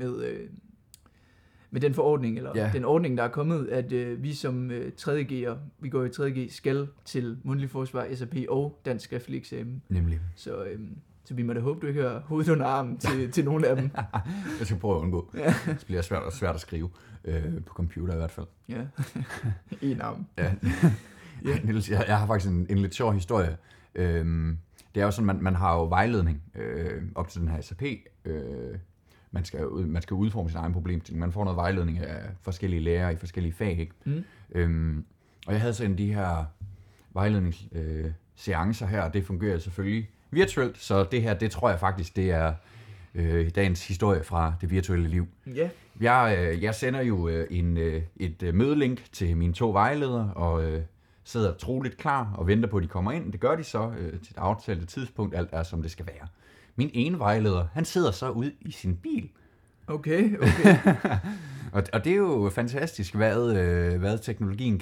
med den forordning, eller den ordning, der er kommet, at vi som 3.G'er, vi går i 3.G, skal til mundtlig forsvar, SAP og dansk skriftlig eksamen. Nemlig. Så vi må da håbe, du ikke har hovedet under armen til nogle af dem. Jeg skal prøve at undgå. Ja. Det bliver svært at skrive på computer i hvert fald. Ja, en arm. Ja. Niels, jeg har faktisk en lidt sjov historie. Det er jo sådan, man har jo vejledning op til den her SAP. Man skal udforme sin egen problemstilling. Man får noget vejledning af forskellige lærere i forskellige fag. Ikke? Og jeg havde så en af de her vejledningsseancer her, og det fungerer selvfølgelig virtuelt, så det her, det tror jeg faktisk, det er dagens historie fra det virtuelle liv. Yeah. Jeg sender jo et mødelink til mine 2 vejledere, og sidder troligt klar og venter på, at de kommer ind. Det gør de så til et aftalt tidspunkt, alt er, som det skal være. Min ene vejleder, han sidder så ude i sin bil. Okay. og det er jo fantastisk, hvad teknologien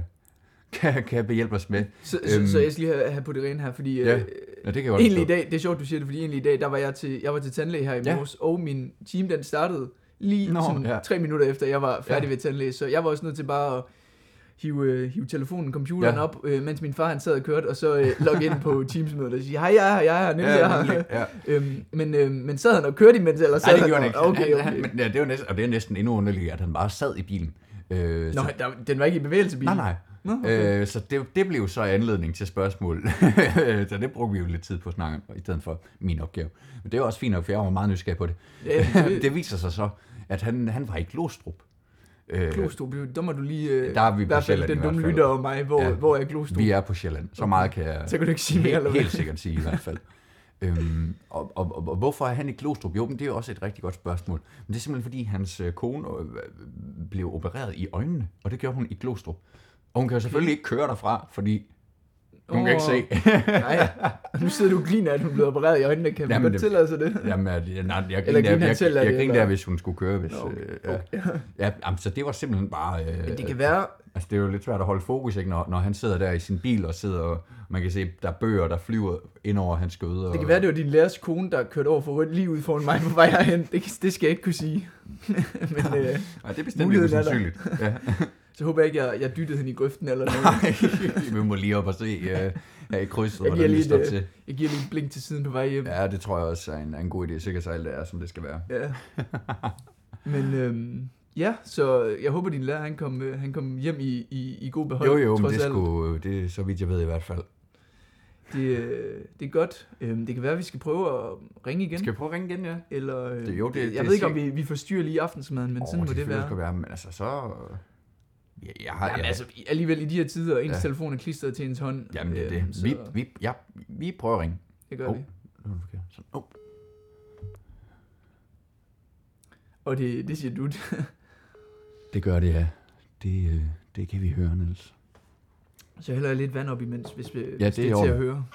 kan behjælpe os med. Så jeg skal lige have på det rene her, fordi det kan egentlig i dag, det er sjovt, du siger det, fordi egentlig i dag, der var jeg var til tandlæge her i morges, og min time, den startede lige 3 minutter efter, jeg var færdig ved tandlæge, så jeg var også nødt til bare at hive telefonen, computeren op, mens min far han sad og kørte, og så logge ind på Teams-mødet og sige, hej, jeg er her, Niels, jeg er her. Men sad han og kørte imens, eller sad det gjorde han ikke. Okay. Men, det var næsten, og det er næsten endnu underligt, at han bare sad i bilen. Den var ikke i bevægelse, bilen? Nej. Okay. Så det blev så anledning til spørgsmål. Så det brugte vi jo lidt tid på at snakke i stedet for min opgave. Men det er også fint nok, for jeg var meget nysgerrig på det. Det viser sig så, at han var i Glostrup. Glostrup, der må du lige der er vi på Sjælland, den dumme lytter og mig, hvor er Glostrup? Vi er på Sjælland, så meget kan jeg så kan du ikke sige mere, helt sikkert sige i hvert fald. Og hvorfor er han i Glostrup? Jo, men det er jo også et rigtig godt spørgsmål. Men det er simpelthen fordi hans kone blev opereret i øjnene, og det gjorde hun i Glostrup. Og hun kan jo selvfølgelig ikke køre derfra, fordi hun kan ikke se. Nej, nu sidder du og griner, at hun blev opereret i øjnene. Kan vi godt tillade sig det? Jamen, jeg griner der, hvis hun skulle køre. Hvis, så det var simpelthen bare... Men det kan være... Altså, det er jo lidt svært at holde fokus, ikke, når han sidder der i sin bil og sidder og man kan se, der er bøger, der flyver ind over hans skøde. Det kan være, det var din lærers kone, der kørte over for rødt lige ud foran mig på vej herhen. Det skal jeg ikke kunne sige. Men, det er bestemt ikke usandsynligt. Ja. Så håber jeg ikke, jeg dyttede hende i grøften eller noget. Vi må lige op og se her i krydset, hvordan det står til. Jeg giver lige et blink til siden på vej hjem. Ja, det tror jeg også er en god idé. Sikkert så alt det er, som det skal være. Ja. Men så jeg håber, din lærer han kom hjem i god behold. Jo, men det er så vidt jeg ved i hvert fald. Det er godt. Det kan være, at vi skal prøve at ringe igen. Skal vi prøve at ringe igen, ja? Eller, jeg ved ikke, om vi forstyrrer lige aftensmaden, men sådan må det være. Skal være. Men altså, så... Jamen, altså, alligevel i de her tider, ens telefon er klistret til ens hånd. Jamen, det er det. Vi prøver at ringe. Det gør vi. Sådan. Og det siger du. Det gør det, ja. Det kan vi høre, Niels. Så hælder jeg lidt vand op imens, hvis det er til at høre.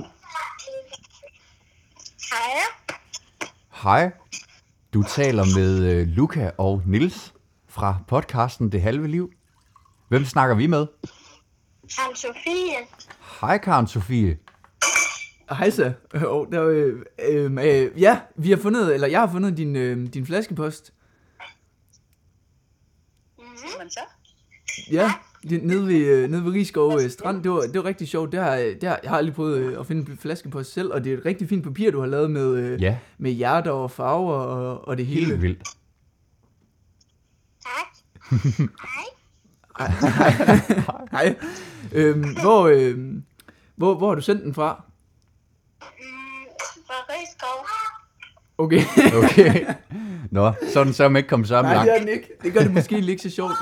Hej. Hej. Du taler med Luca og Niels fra podcasten Det Halve Liv. Hvem snakker vi med? Karen Sofie. Hej, Karen Sofie. Hej så. Ja, jeg har fundet din flaskepost. Men så? Ja, nede ved Rigskov Strand. Det var rigtig sjovt. Jeg har aldrig prøvet at finde en flaskepost selv, og det er et rigtig fint papir, du har lavet med hjerter og farver og det hele. Helt vildt. Tak. Hej. Hej. Hvor har du sendt den fra? Fra Rigskov. Okay. Nå, så er den så ikke kommet sammen langt. Nej, det er den ikke. Det gør det måske ikke så sjovt.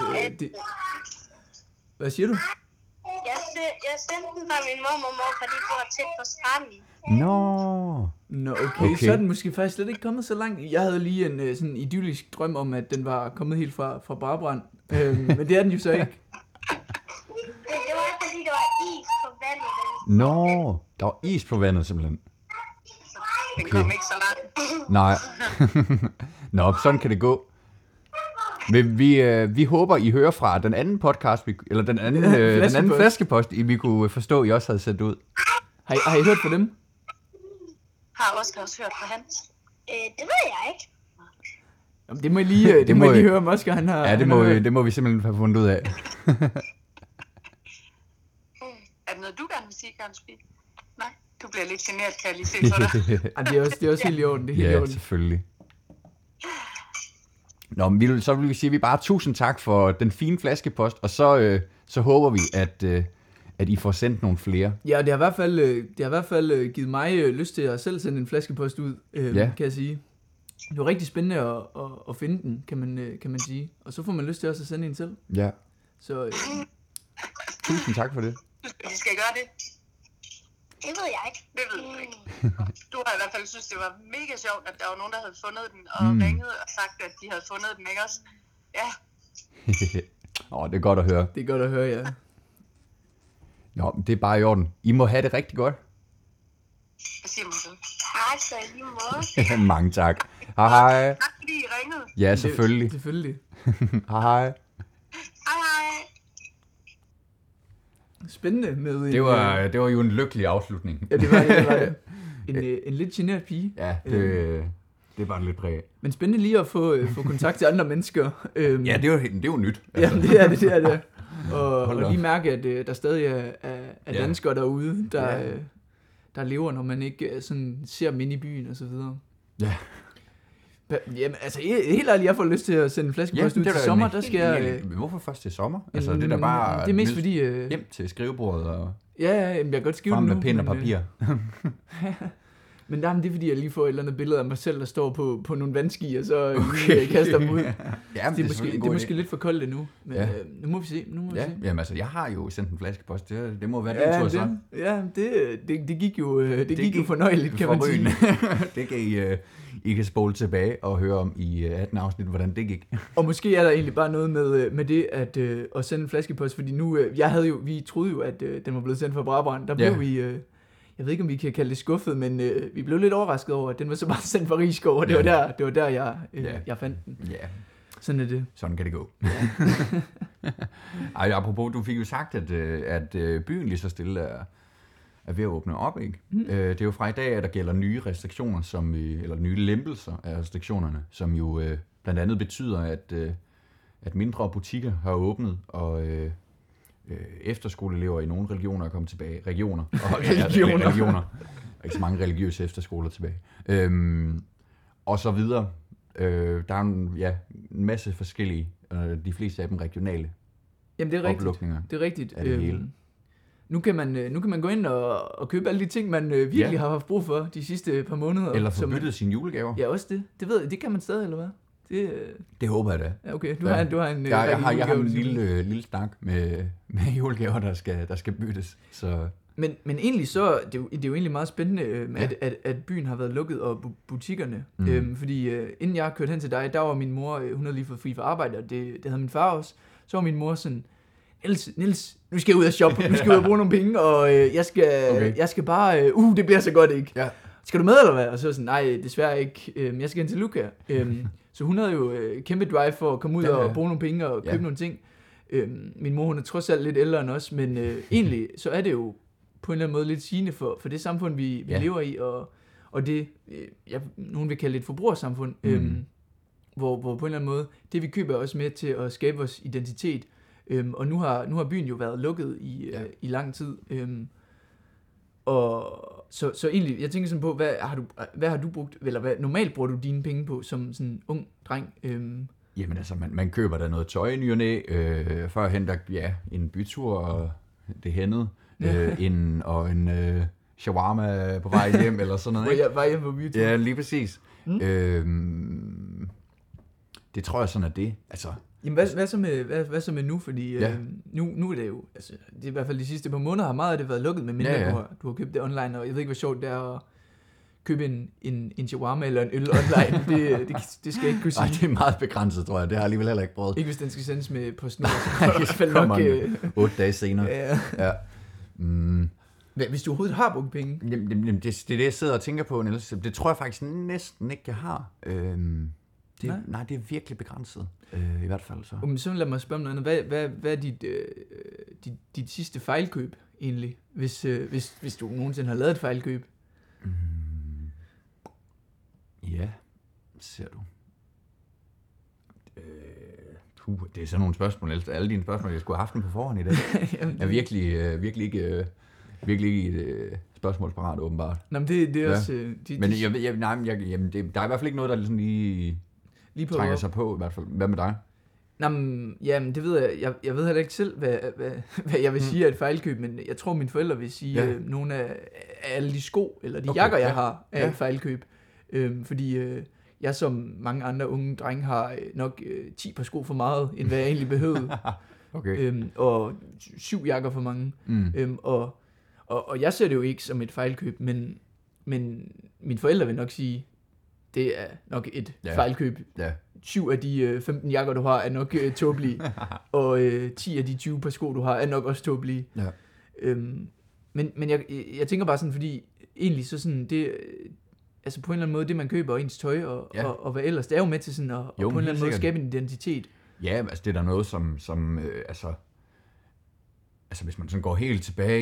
Hvad siger du? Jeg sendte den fra min mor, fordi du var tæt på stranden. Nå, okay. Så er den måske faktisk slet ikke kommet så langt. Jeg havde lige en sådan idyllisk drøm om, at den var kommet helt fra Brabrand. Men det er den jo så ikke. Det var fordi, der var is på vandet. Der var is på vandet simpelthen. Den kom ikke så langt. Nej. Nå, sådan kan det gå. Men vi håber, I hører fra den anden podcast, eller den anden flaskepost, vi kunne forstå, I også havde sendt ud. Har I hørt fra dem? Har Oscar også hørt fra hans? Det ved jeg ikke. Jamen, det må I lige høre om Oscar, han har... Ja, det må vi simpelthen have fundet ud af. Er det noget, du gerne vil sige, Karen Sofie? Nej, du bliver lidt generet, kan jeg lige se på dig. Det er også helt i orden. Ja, selvfølgelig. Nå, men så vil vi sige, at vi bare tusind tak for den fine flaskepost, og så håber vi, at I får sendt nogle flere. Ja, det har i hvert fald givet mig lyst til at selv sende en flaskepost ud, kan jeg sige. Det var rigtig spændende at finde den, kan man sige. Og så får man lyst til også at sende en selv. Ja. Så tusind tak for det. Vi skal gøre det. Det ved jeg ikke. Det ved du ikke. Du har i hvert fald synes, det var mega sjovt, at der var nogen, der havde fundet den og ringet og sagt, at de havde fundet den, ikke også? Ja. Det er godt at høre. Det er godt at høre, ja. Nå, det er bare i orden. I må have det rigtig godt. Hvad siger man så? Tak, så i lige måde. Mange tak. Hej. Tak fordi I ringede. Ja, selvfølgelig. Selvfølgelig. Hej. Hej. Spændende med det var jo en lykkelig afslutning. Ja, det var en lidt genert pige. Ja, det var lidt præg. Men spændende lige at få kontakt til andre mennesker. Ja, det er jo nyt. Altså. Ja, det er det. Og lige mærke, at der stadig er danskere derude, der lever, når man ikke sådan ser dem inde i byen og så videre. Ja. Jamen, altså helt ærligt, jeg får lyst til at sende en flaskepost ud til sommer, der skal jeg... Hvorfor først til sommer? Altså, det er da bare... Det er mest fordi... hjem til skrivebordet og... Ja, jeg kan godt skrive den nu. Frem med pen og papir. Men det er fordi, jeg lige får et eller andet billede af mig selv, der står på nogle vandski, og så kaster dem ud. Ja, det er måske lidt for koldt endnu, men nu må vi se. Jamen altså, jeg har jo sendt en flaskepost. Det må være din tur så. Ja, det gik jo fornøjeligt, kan man sige. Det kan I kan spole tilbage og høre om i 18 afsnit, hvordan det gik. Og måske er der egentlig bare noget med det at sende en flaskepost, fordi nu, vi troede jo, at den var blevet sendt fra Brabrand. Der blev vi... Jeg ved ikke, om vi kan kalde det skuffet, men vi blev lidt overrasket over, at den var så bare sendt fra Rigskov, og det var der jeg fandt den. Ja. Sådan er det. Sådan kan det gå. Ej, apropos, du fik jo sagt, at byen lige så stille er ved at åbne op, ikke? Det er jo fra i dag, at der gælder nye restriktioner, eller nye lempelser af restriktionerne, som jo blandt andet betyder, at mindre butikker har åbnet, og efterskoleelever i nogle regioner er kommet tilbage. Regioner. Regioner. Ikke så mange religiøse efterskoler tilbage. Og så videre. Der er en masse forskellige, de fleste af dem regionale. Jamen det er rigtigt. Oplukninger. Det er rigtigt. Af det hele. nu kan man gå ind og købe alle de ting, man virkelig har haft brug for de sidste par måneder. Eller få byttet sine julegaver. Ja, også det. Det ved jeg, det kan man stadig, eller hvad? Det håber jeg da. Ja, okay, du har en jeg har en lille snak med julegaver, der skal byttes. Så. Men egentlig så, det er jo egentlig meget spændende, at byen har været lukket, og butikkerne. Fordi inden jeg kørte hen til dig, der var min mor, hun havde lige fået fri for arbejde, og det havde min far også. Så var min mor sådan, Niels, nu skal jeg ud og shoppe, nu skal jeg ud og bruge nogle penge, og jeg skal bare, det bliver så godt, ikke? Ja. Skal du med, eller hvad? Og så sådan, nej, desværre ikke, jeg skal hen til Luca. Så hun havde jo kæmpe drive for at komme ud og bruge nogle penge og købe nogle ting. Min mor, hun er trods alt lidt ældre end os, men egentlig så er det jo på en eller anden måde lidt sigende for det samfund, vi lever i, og det, nogen vil kalde et forbrugersamfund, hvor på en eller anden måde, det vi køber er også med til at skabe vores identitet. Og nu har byen jo været lukket i lang tid. Og så egentlig, jeg tænker sådan på, hvad har du brugt, eller hvad normalt bruger du dine penge på som sådan ung dreng? Jamen altså, man køber der noget tøj i ny og næ, førhen der, en bytur, og det hændede, en shawarma på vej hjem, eller sådan noget. Hvor jeg var på bytur. Ja, lige præcis. Det tror jeg sådan er det, altså. Jamen, hvad så med nu? Fordi nu er det jo, altså, det er i hvert fald de sidste par måneder, har meget af det været lukket, med mindre du har købt det online, og jeg ved ikke, hvor sjovt det er at købe en shawarma eller en øl online. det skal jeg ikke kunne sige. Nej, det er meget begrænset, tror jeg. Det har jeg alligevel heller ikke prøvet. Ikke hvis den skal sendes med PostNord, så kommer 8 dage senere. Ja. Hvis du overhovedet har brugt penge? Jamen, det er det, jeg sidder og tænker på, Niels. Det tror jeg faktisk næsten ikke, jeg har. Nej, det er virkelig begrænset, i hvert fald. Så lad mig spørge om noget andet. Hvad er dit sidste fejlkøb egentlig, hvis du nogensinde har lavet et fejlkøb? Ja, ser du. Det er sådan nogle spørgsmål, alle dine spørgsmål, jeg skulle have haft dem på forhånd i dag. Jeg er virkelig ikke et spørgsmålsparat, åbenbart. Nå, men det er også... Men der er i hvert fald ikke noget, der sådan lige trænger sig på, i hvert fald. Hvad med dig? Jamen, det ved jeg. Jeg ved heller ikke selv, hvad jeg vil sige er et fejlkøb, men jeg tror, mine forældre vil sige, nogle af alle de sko, eller de jakker, jeg har, er et fejlkøb. Fordi jeg som mange andre unge drenge har nok 10 par sko for meget, end hvad jeg egentlig behøvede. Okay. Og 7 jakker for mange. Og jeg ser det jo ikke som et fejlkøb, men mine forældre vil nok sige, det er nok et fejlkøb. Ja. 7 af de 15 jakker, du har, er nok tåbelige. Og 10 af de 20 par sko, du har, er nok også tåbelige. Ja. Men jeg tænker bare sådan, fordi egentlig så sådan, det, altså på en eller anden måde, det man køber, ens tøj og hvad ellers, det er jo med til sådan at på en eller anden måde skabe en identitet. Ja, altså det er der noget, som altså hvis man sådan går helt tilbage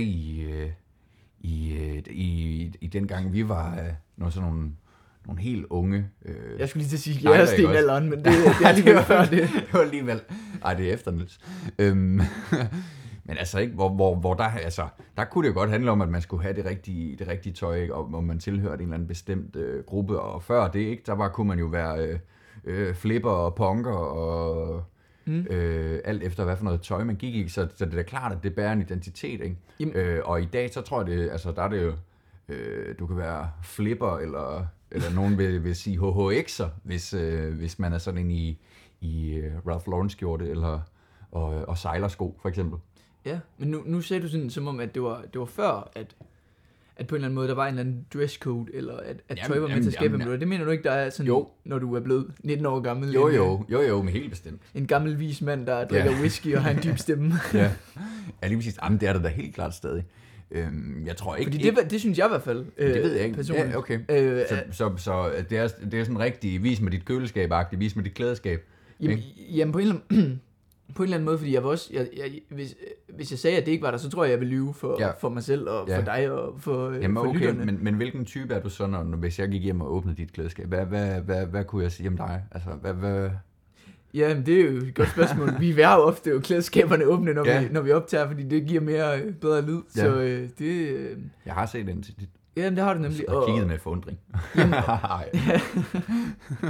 i den gang, vi var nogle helt unge... jeg skulle lige til at sige jægerstenalderen, men det er alligevel før det. Det var alligevel... Ej, det er efter, Niels. Men altså ikke, hvor der, altså, der kunne det jo godt handle om, at man skulle have det rigtige tøj, ikke? Og man tilhørte en eller anden bestemt gruppe, og før det, ikke, kunne man jo være flipper og punker og... alt efter hvad for noget tøj man gik i, så det er da klart, at det bærer en identitet, ikke? Og i dag, så tror jeg det, altså der er det jo, du kan være flipper, eller nogen vil sige HHX'er, hvis man er sådan en i Ralph Lauren skjorte, og sejlersko, for eksempel. Ja, men nu sagde du sådan, som om, at det var før, at på en eller anden måde, der var en eller anden dresscode, eller at tøj var med til at skabe dem. Det mener du ikke, der er sådan, når du er blevet 19 år gammel? Jo, men helt bestemt. En gammel vis mand, der drikker whisky og har en dyb stemme. Ja, lige præcis. Jamen, det er der da helt klart stadig. Jeg tror ikke... Fordi det synes jeg i hvert fald. Det ved jeg ikke. Personligt. Ja, okay. Så det er sådan rigtig, vis mig dit køleskab-agtigt, vis mig dit klædeskab. Jamen på en eller anden måde, fordi jeg var også, hvis jeg sagde, at det ikke var der, så tror jeg ville lyve for mig selv, og for dig, og for lytterne. Men hvilken type er du så, hvis jeg gik hjem og åbnede dit klædeskab? Hvad kunne jeg sige om dig? Altså, hvad... Ja, det er jo et godt spørgsmål. Vi har jo ofte klædeskaberne åbne, når vi optager, fordi det giver bedre lyd. Ja. Så det... Jeg har set den til dit. Jamen, det har du nemlig. Og kigget med forundring.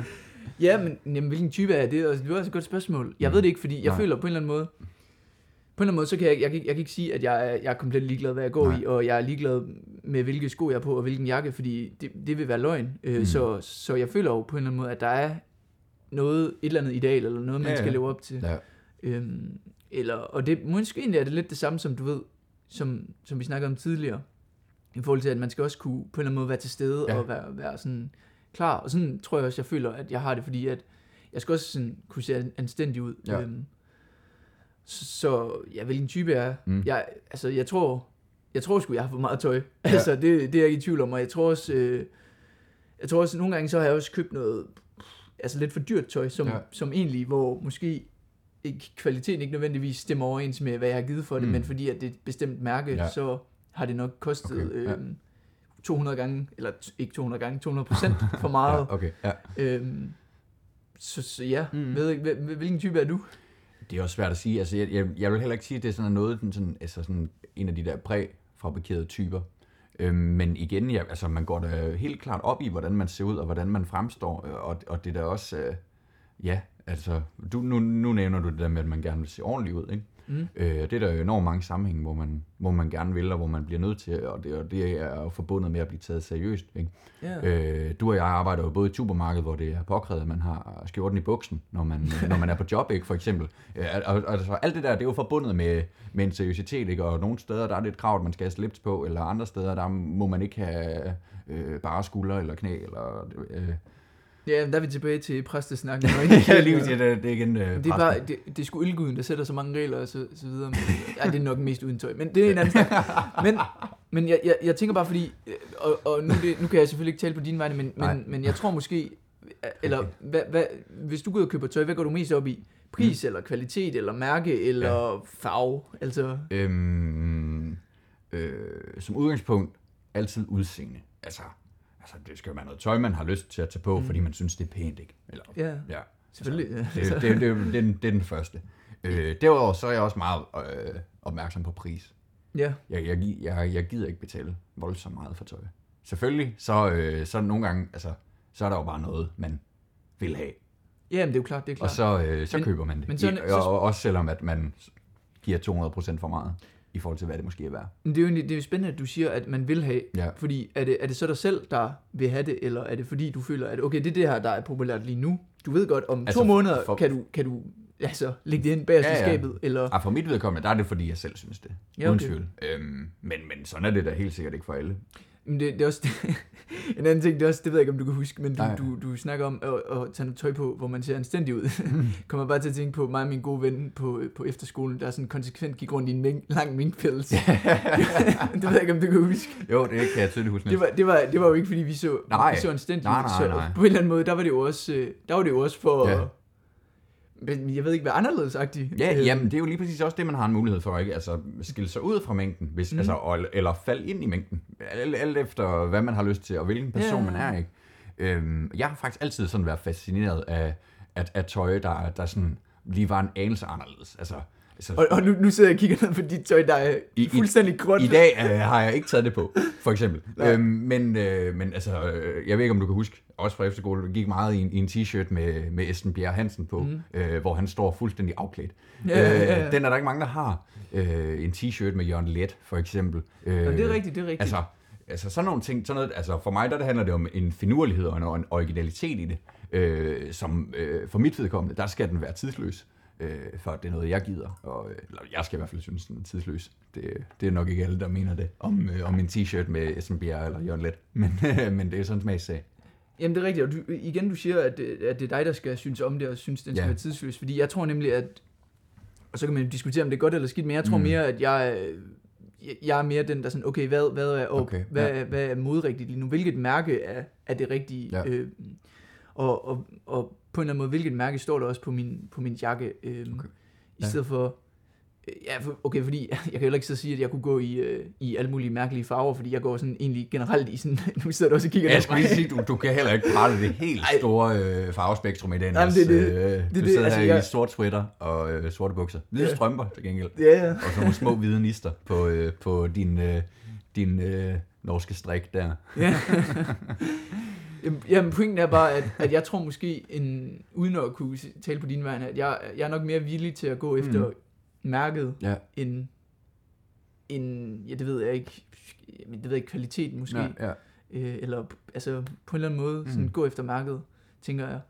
Ja, men hvilken type er det? Det var også et godt spørgsmål. Jeg ved det ikke, fordi jeg føler på en eller anden måde, på en eller anden måde, så kan jeg kan ikke sige, at jeg er komplet ligeglad, hvad jeg går i, og jeg er ligeglad med, hvilke sko jeg er på, og hvilken jakke, fordi det vil være løgn. Så jeg føler jo på en eller anden måde, at der er et eller andet ideal, eller noget, man skal leve op til. Ja. Og det måske egentlig er det lidt det samme, som du ved, som vi snakkede om tidligere, i forhold til, at man skal også kunne på en eller anden måde være til stede, og være sådan klar. Og sådan tror jeg også, jeg føler, at jeg har det, fordi at jeg skal også sådan kunne se anstændig ud. Ja. Så hvilken type jeg er. Jeg tror sgu, jeg har for meget tøj. Ja. Altså, det er jeg ikke i tvivl om. Og jeg tror også nogle gange, så har jeg også købt noget lidt for dyrt tøj, som egentlig, hvor måske kvaliteten ikke nødvendigvis stemmer overens med, hvad jeg har givet for det, men fordi at det er et bestemt mærke, så har det nok kostet 200 gange, eller ikke 200 gange, 200% for meget. Hvilken type er du? Det er også svært at sige. Altså, jeg vil heller ikke sige, at det er sådan noget, sådan en af de der præfabrikerede typer. Men igen, man går da helt klart op i, hvordan man ser ud, og hvordan man fremstår. Og det er da også, nu nævner du det der med, at man gerne vil se ordentligt ud, ikke? Det er der jo enormt mange sammenhænge, hvor man gerne vil, og hvor man bliver nødt til, og det er jo forbundet med at blive taget seriøst, ikke? Yeah. Du og jeg arbejder jo både i supermarkedet, hvor det er påkrævet, at man har skjorten i buksen, når man er på job, ikke, for eksempel. Altså, alt det der, det er jo forbundet med en seriøsitet, ikke? Og nogle steder, der er det et krav, at man skal have slips på, eller andre steder, der må man ikke have bare skuldre eller knæ, eller... Ja, der er vi tilbage til præstesnakken. Ja, lige til det igen. Det er bare, det er sgu ildguden, der sætter så mange regler og så videre. Ja, det er nok mest uden tøj, men det er en anden snak. Men jeg tænker bare fordi, og nu kan jeg selvfølgelig ikke tale på dine vegne, men jeg tror måske, eller hvis du går og køber tøj, hvad går du mest op i? Pris, eller kvalitet, eller mærke, eller farve? Altså... Som udgangspunkt, altid udseende. Altså, det skal jo være noget tøj, man har lyst til at tage på, fordi man synes, det er pænt, ikke? Eller, selvfølgelig. Altså, det er den første. Derudover så er jeg også meget opmærksom på pris. Ja. Jeg gider ikke betale voldsomt meget for tøj. Selvfølgelig, så nogle gange, så er der jo bare noget, man vil have. Jamen, det er jo klart, det er klart. Og så køber man det. Og også selvom, at man giver 200% for meget, i forhold til, hvad det måske er værd. Men det er jo spændende, at du siger, at man vil have, fordi er det så dig selv, der vil have det, eller er det fordi, du føler, at okay, det er det her, der er populært lige nu. Du ved godt, om 2 måneder kan du lægge det ind bagerst i skabet, eller... For mit vedkommende, der er det, fordi jeg selv synes det. Uden tvivl. Men sådan er det da helt sikkert ikke for alle. Men det er også en anden ting, det ved jeg ikke, om du kan huske, men du snakker om at tage noget tøj på, hvor man ser anstændig ud. Kommer bare til at tænke på mig og min gode ven på efterskolen, der sådan konsekvent gik rundt i en lang minkpels. Det ved jeg ikke, om du kan huske. Jo, det kan jeg tydeligt huske. Det var jo ikke, fordi vi så anstændigt ud. Så på en eller anden måde, der var det jo også for... Men jeg ved ikke, hvad anderledesagtigt. Ja, jamen det er jo lige præcis også det, man har en mulighed for, ikke? Altså skille sig ud fra mængden, eller falde ind i mængden, alt efter hvad man har lyst til, og hvilken person man er, ikke? Jeg har faktisk altid sådan været fascineret af tøj, der sådan lige var en anelse anderledes. Og nu sidder jeg og kigger ned på dit tøj, der er fuldstændig gråt. I dag har jeg ikke taget det på, for eksempel. Men jeg ved ikke, om du kan huske, også fra efterskole, gik meget i en t-shirt med Esben Bjerre Hansen på, hvor han står fuldstændig afklædt. Den er der ikke mange, der har. En t-shirt med Jørgen Leth, for eksempel. Det er rigtigt. Altså sådan nogle ting, for mig der handler det om en finurlighed og en originalitet i det, som for mit vedkommende, der skal den være tidsløs. For det er noget, jeg gider, eller jeg skal i hvert fald synes, den er tidsløs. Det er nok ikke alle, der mener det om en t-shirt med Esben Bjerre eller Jørgen Leth, men det er sådan en smagssag. Jamen det er rigtigt, og du siger, at det er dig, der skal synes om det, og synes, den skal være tidsløs, fordi jeg tror nemlig, at, og så kan man diskutere, om det er godt eller skidt, men jeg tror mere, at jeg er mere den, der sådan, okay, hvad er hvad er modrigtigt lige nu? Hvilket mærke er det rigtige? Ja. Og på en eller anden måde, hvilket mærke står der også på min jakke, i stedet for, fordi jeg kan jo ikke så sige, at jeg kunne gå i alle mulige mærkelige farver, fordi jeg går sådan egentlig generelt i sådan, nu sidder du også og kigger. Jeg skulle lige sige, du kan heller ikke prale det helt store farvespektrum i den. Jamen, du sidder her i sort sweater og sorte bukser. Hvide strømper til gengæld. Ja. Og så nogle små hvide nister på din norske strik der. Ja. Jamen, pointen er bare, at jeg tror måske, uden at kunne tale på dine vegne, at jeg er nok mere villig til at gå efter mærket en ja, det ved jeg ikke, kvalitet måske, eller altså på en eller anden måde sådan gå efter mærket, tænker jeg.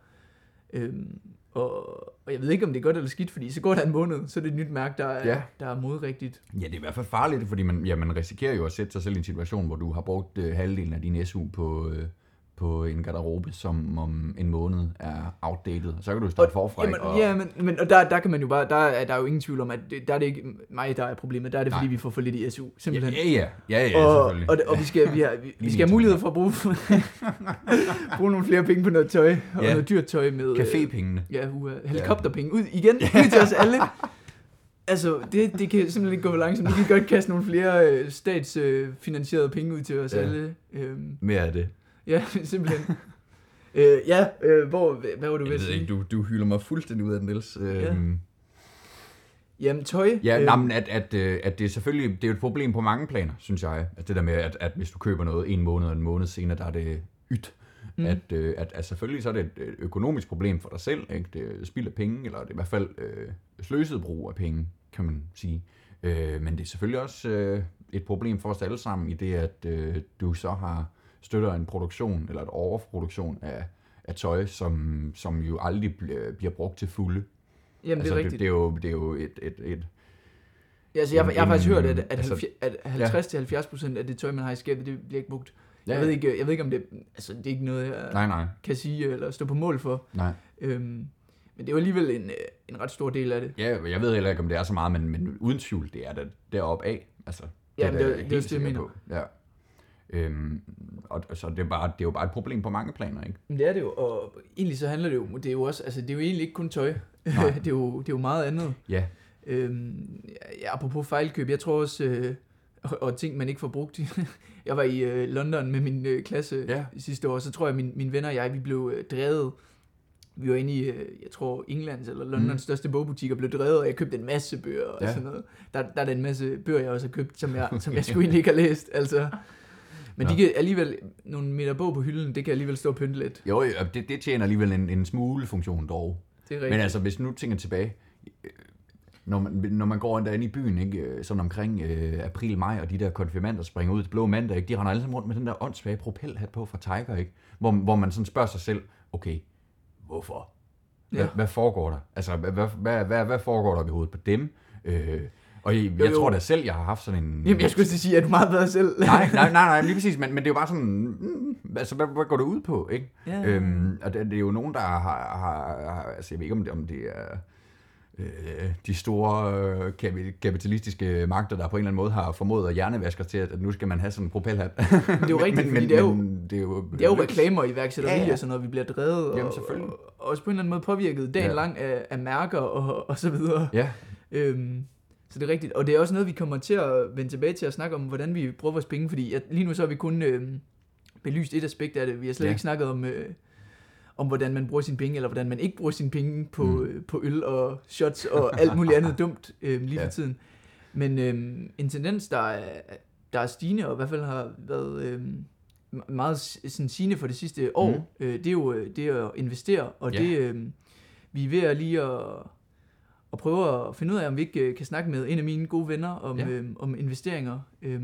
Og jeg ved ikke, om det er godt eller skidt, fordi så går der en måned, så er det et nyt mærke, der er modrigtigt. Ja, det er i hvert fald farligt, fordi man risikerer jo at sætte sig selv i en situation, hvor du har brugt halvdelen af din SU på en garderobe, som om en måned er outdated. Så kan du starte forfra. Men der kan man jo bare, der er jo ingen tvivl om, at der er det ikke mig, der er problemet. Der er det, fordi vi får for lidt i SU, simpelthen. Ja, selvfølgelig. Og vi skal have mulighed for at bruge nogle flere penge på noget tøj, og noget dyrt tøj med... Cafépengene. Helikopterpenge. Ud til os alle. Altså, det kan simpelthen ikke gå for langsomt. Vi kan godt kaste nogle flere statsfinansierede penge ud til os alle. Mere af det. Ja, simpelthen. Hvad var du ved at sige? Ikke, du hylder mig fuldstændig ud af den, Niels. Jamen, tøj. Ja, men at det selvfølgelig, det er jo et problem på mange planer, synes jeg. At det der med, at hvis du køber noget en måned og en måned senere, der er det ydt. At selvfølgelig så er det et økonomisk problem for dig selv, ikke? Det er spild af penge, eller det er i hvert fald sløset brug af penge, kan man sige. Men det er selvfølgelig også et problem for os alle sammen, i det, at du så støtter en produktion, eller et overproduktion af tøj, som jo aldrig bliver brugt til fulde. Jamen, altså, det er rigtigt. Det er jo et ja, altså, jeg har faktisk hørt, at 50-70% af det tøj, man har i skabet, det bliver ikke brugt. Ja. Jeg ved ikke, om det... Altså, det er ikke noget, jeg kan sige eller stå på mål for. Nej. Men det er jo alligevel en ret stor del af det. Ja, jeg ved heller ikke, om det er så meget, men uden tvivl, det er der deroppe af. Altså, ja, det er det, jeg mener. Ja. Og så det er jo bare et problem på mange planer, ikke? Det er det jo, og egentlig så handler det er jo også, altså det er jo egentlig ikke kun tøj. det er jo meget andet. Ja. Apropos fejlkøb, jeg tror også, og ting man ikke får brugt. Jeg var i London med min klasse sidste år, så tror jeg, mine venner og jeg, vi blev drevet. Vi var inde i, jeg tror, Englands eller Londons største bogbutik og blev drevet, og jeg købte en masse bøger og sådan noget. Der er en masse bøger, jeg også har købt, som jeg skulle egentlig ikke have læst, altså. Men de kan alligevel, nogle meter bog på hylden, det kan alligevel stå og pynte lidt. Jo, det tjener alligevel en smule funktion dog. Det er rigtigt. Men altså, hvis nu tænker tilbage, når man går ind i byen, ikke, sådan omkring april-maj, og de der konfirmander springer ud til blå mandag, ikke, de render alle sammen rundt med den der åndssvage propelhat på fra Tiger, ikke, hvor man sådan spørger sig selv, okay, hvorfor? Hvad foregår der? Altså, hvad foregår der i hovedet på dem? Og jeg tror da selv, jeg har haft sådan en... Jamen, jeg skulle sige, at du er meget bedre selv. nej, lige præcis, men det er jo bare sådan... altså, hvad går det ud på, ikke? Ja. Og det er jo nogen, der har altså, jeg ved ikke, om det er de store kapitalistiske magter, der på en eller anden måde har formået at hjernevaske til, at nu skal man have sådan en propelhat. Det er jo rigtigt, fordi det er jo reklamer i iværksætteri og sådan noget, vi bliver drevet, og også på en eller anden måde påvirket dagen lang af mærker og så videre. Ja. Så det er rigtigt, og det er også noget, vi kommer til at vende tilbage til at snakke om, hvordan vi bruger vores penge, fordi lige nu så har vi kun belyst et aspekt af det. Vi har slet ikke snakket om hvordan man bruger sine penge, eller hvordan man ikke bruger sine penge på øl og shots og alt muligt andet dumt lige for tiden. Men en tendens, der er stigende, og i hvert fald har været meget sådan sigende for det sidste år, det er jo det at investere, og det vi er ved at lige at prøve at finde ud af, om vi ikke kan snakke med en af mine gode venner om investeringer,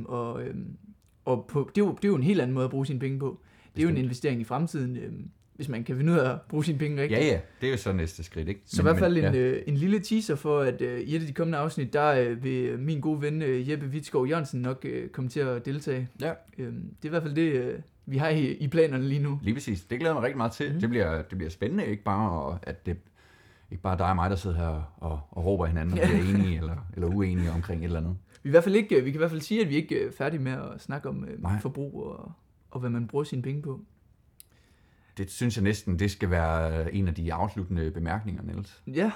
og det er jo en helt anden måde at bruge sine penge på. Det er jo en investering i fremtiden, hvis man kan finde ud af at bruge sine penge rigtigt. Ja, det er jo så næste skridt, ikke? Så i hvert fald en lille teaser for, at i et af de kommende afsnit, der vil min gode ven Jeppe Vitskov Jørgensen nok komme til at deltage. Ja. Det er i hvert fald det, vi har i planerne lige nu. Lige præcis. Det glæder mig rigtig meget til. Det bliver spændende, ikke bare at det ikke bare dig og mig, der sidder her og råber hinanden, og bliver enige eller uenige omkring et eller andet. Vi kan i hvert fald sige, at vi ikke er færdige med at snakke om forbrug og hvad man bruger sine penge på. Det synes jeg næsten, det skal være en af de afsluttende bemærkninger, Niels. Ja.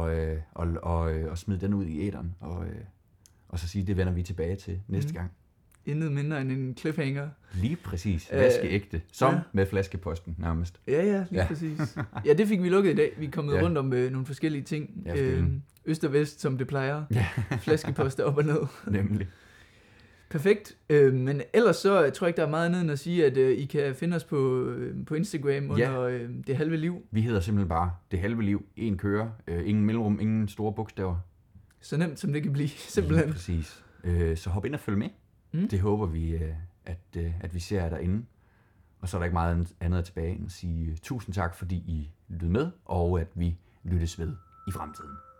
Og smide den ud i æteren, og så sige, det vender vi tilbage til næste gang. Intet mindre end en cliffhanger. Lige præst. Vaskeægte. Som med flaskeposten nærmest. Ja, lige præcis. Ja, det fik vi lukket i dag. Vi er kommet rundt om nogle forskellige ting. Øst og vest, som det plejer. Flaskeposter op og ned. Nemlig. Perfekt. Men ellers så tror jeg ikke, der er meget andet end at sige, at I kan finde os på Instagram under Det Halve Liv. Vi hedder simpelthen bare Det Halve Liv. En kører. Ingen mellemrum, ingen store bogstaver. Så nemt som det kan blive, simpelthen. Ja, præcis. Så hop ind og følg med. Det håber vi, at vi ser jer derinde. Og så er der ikke meget andet tilbage end at sige tusind tak, fordi I lyttede med, og at vi lyttes ved i fremtiden.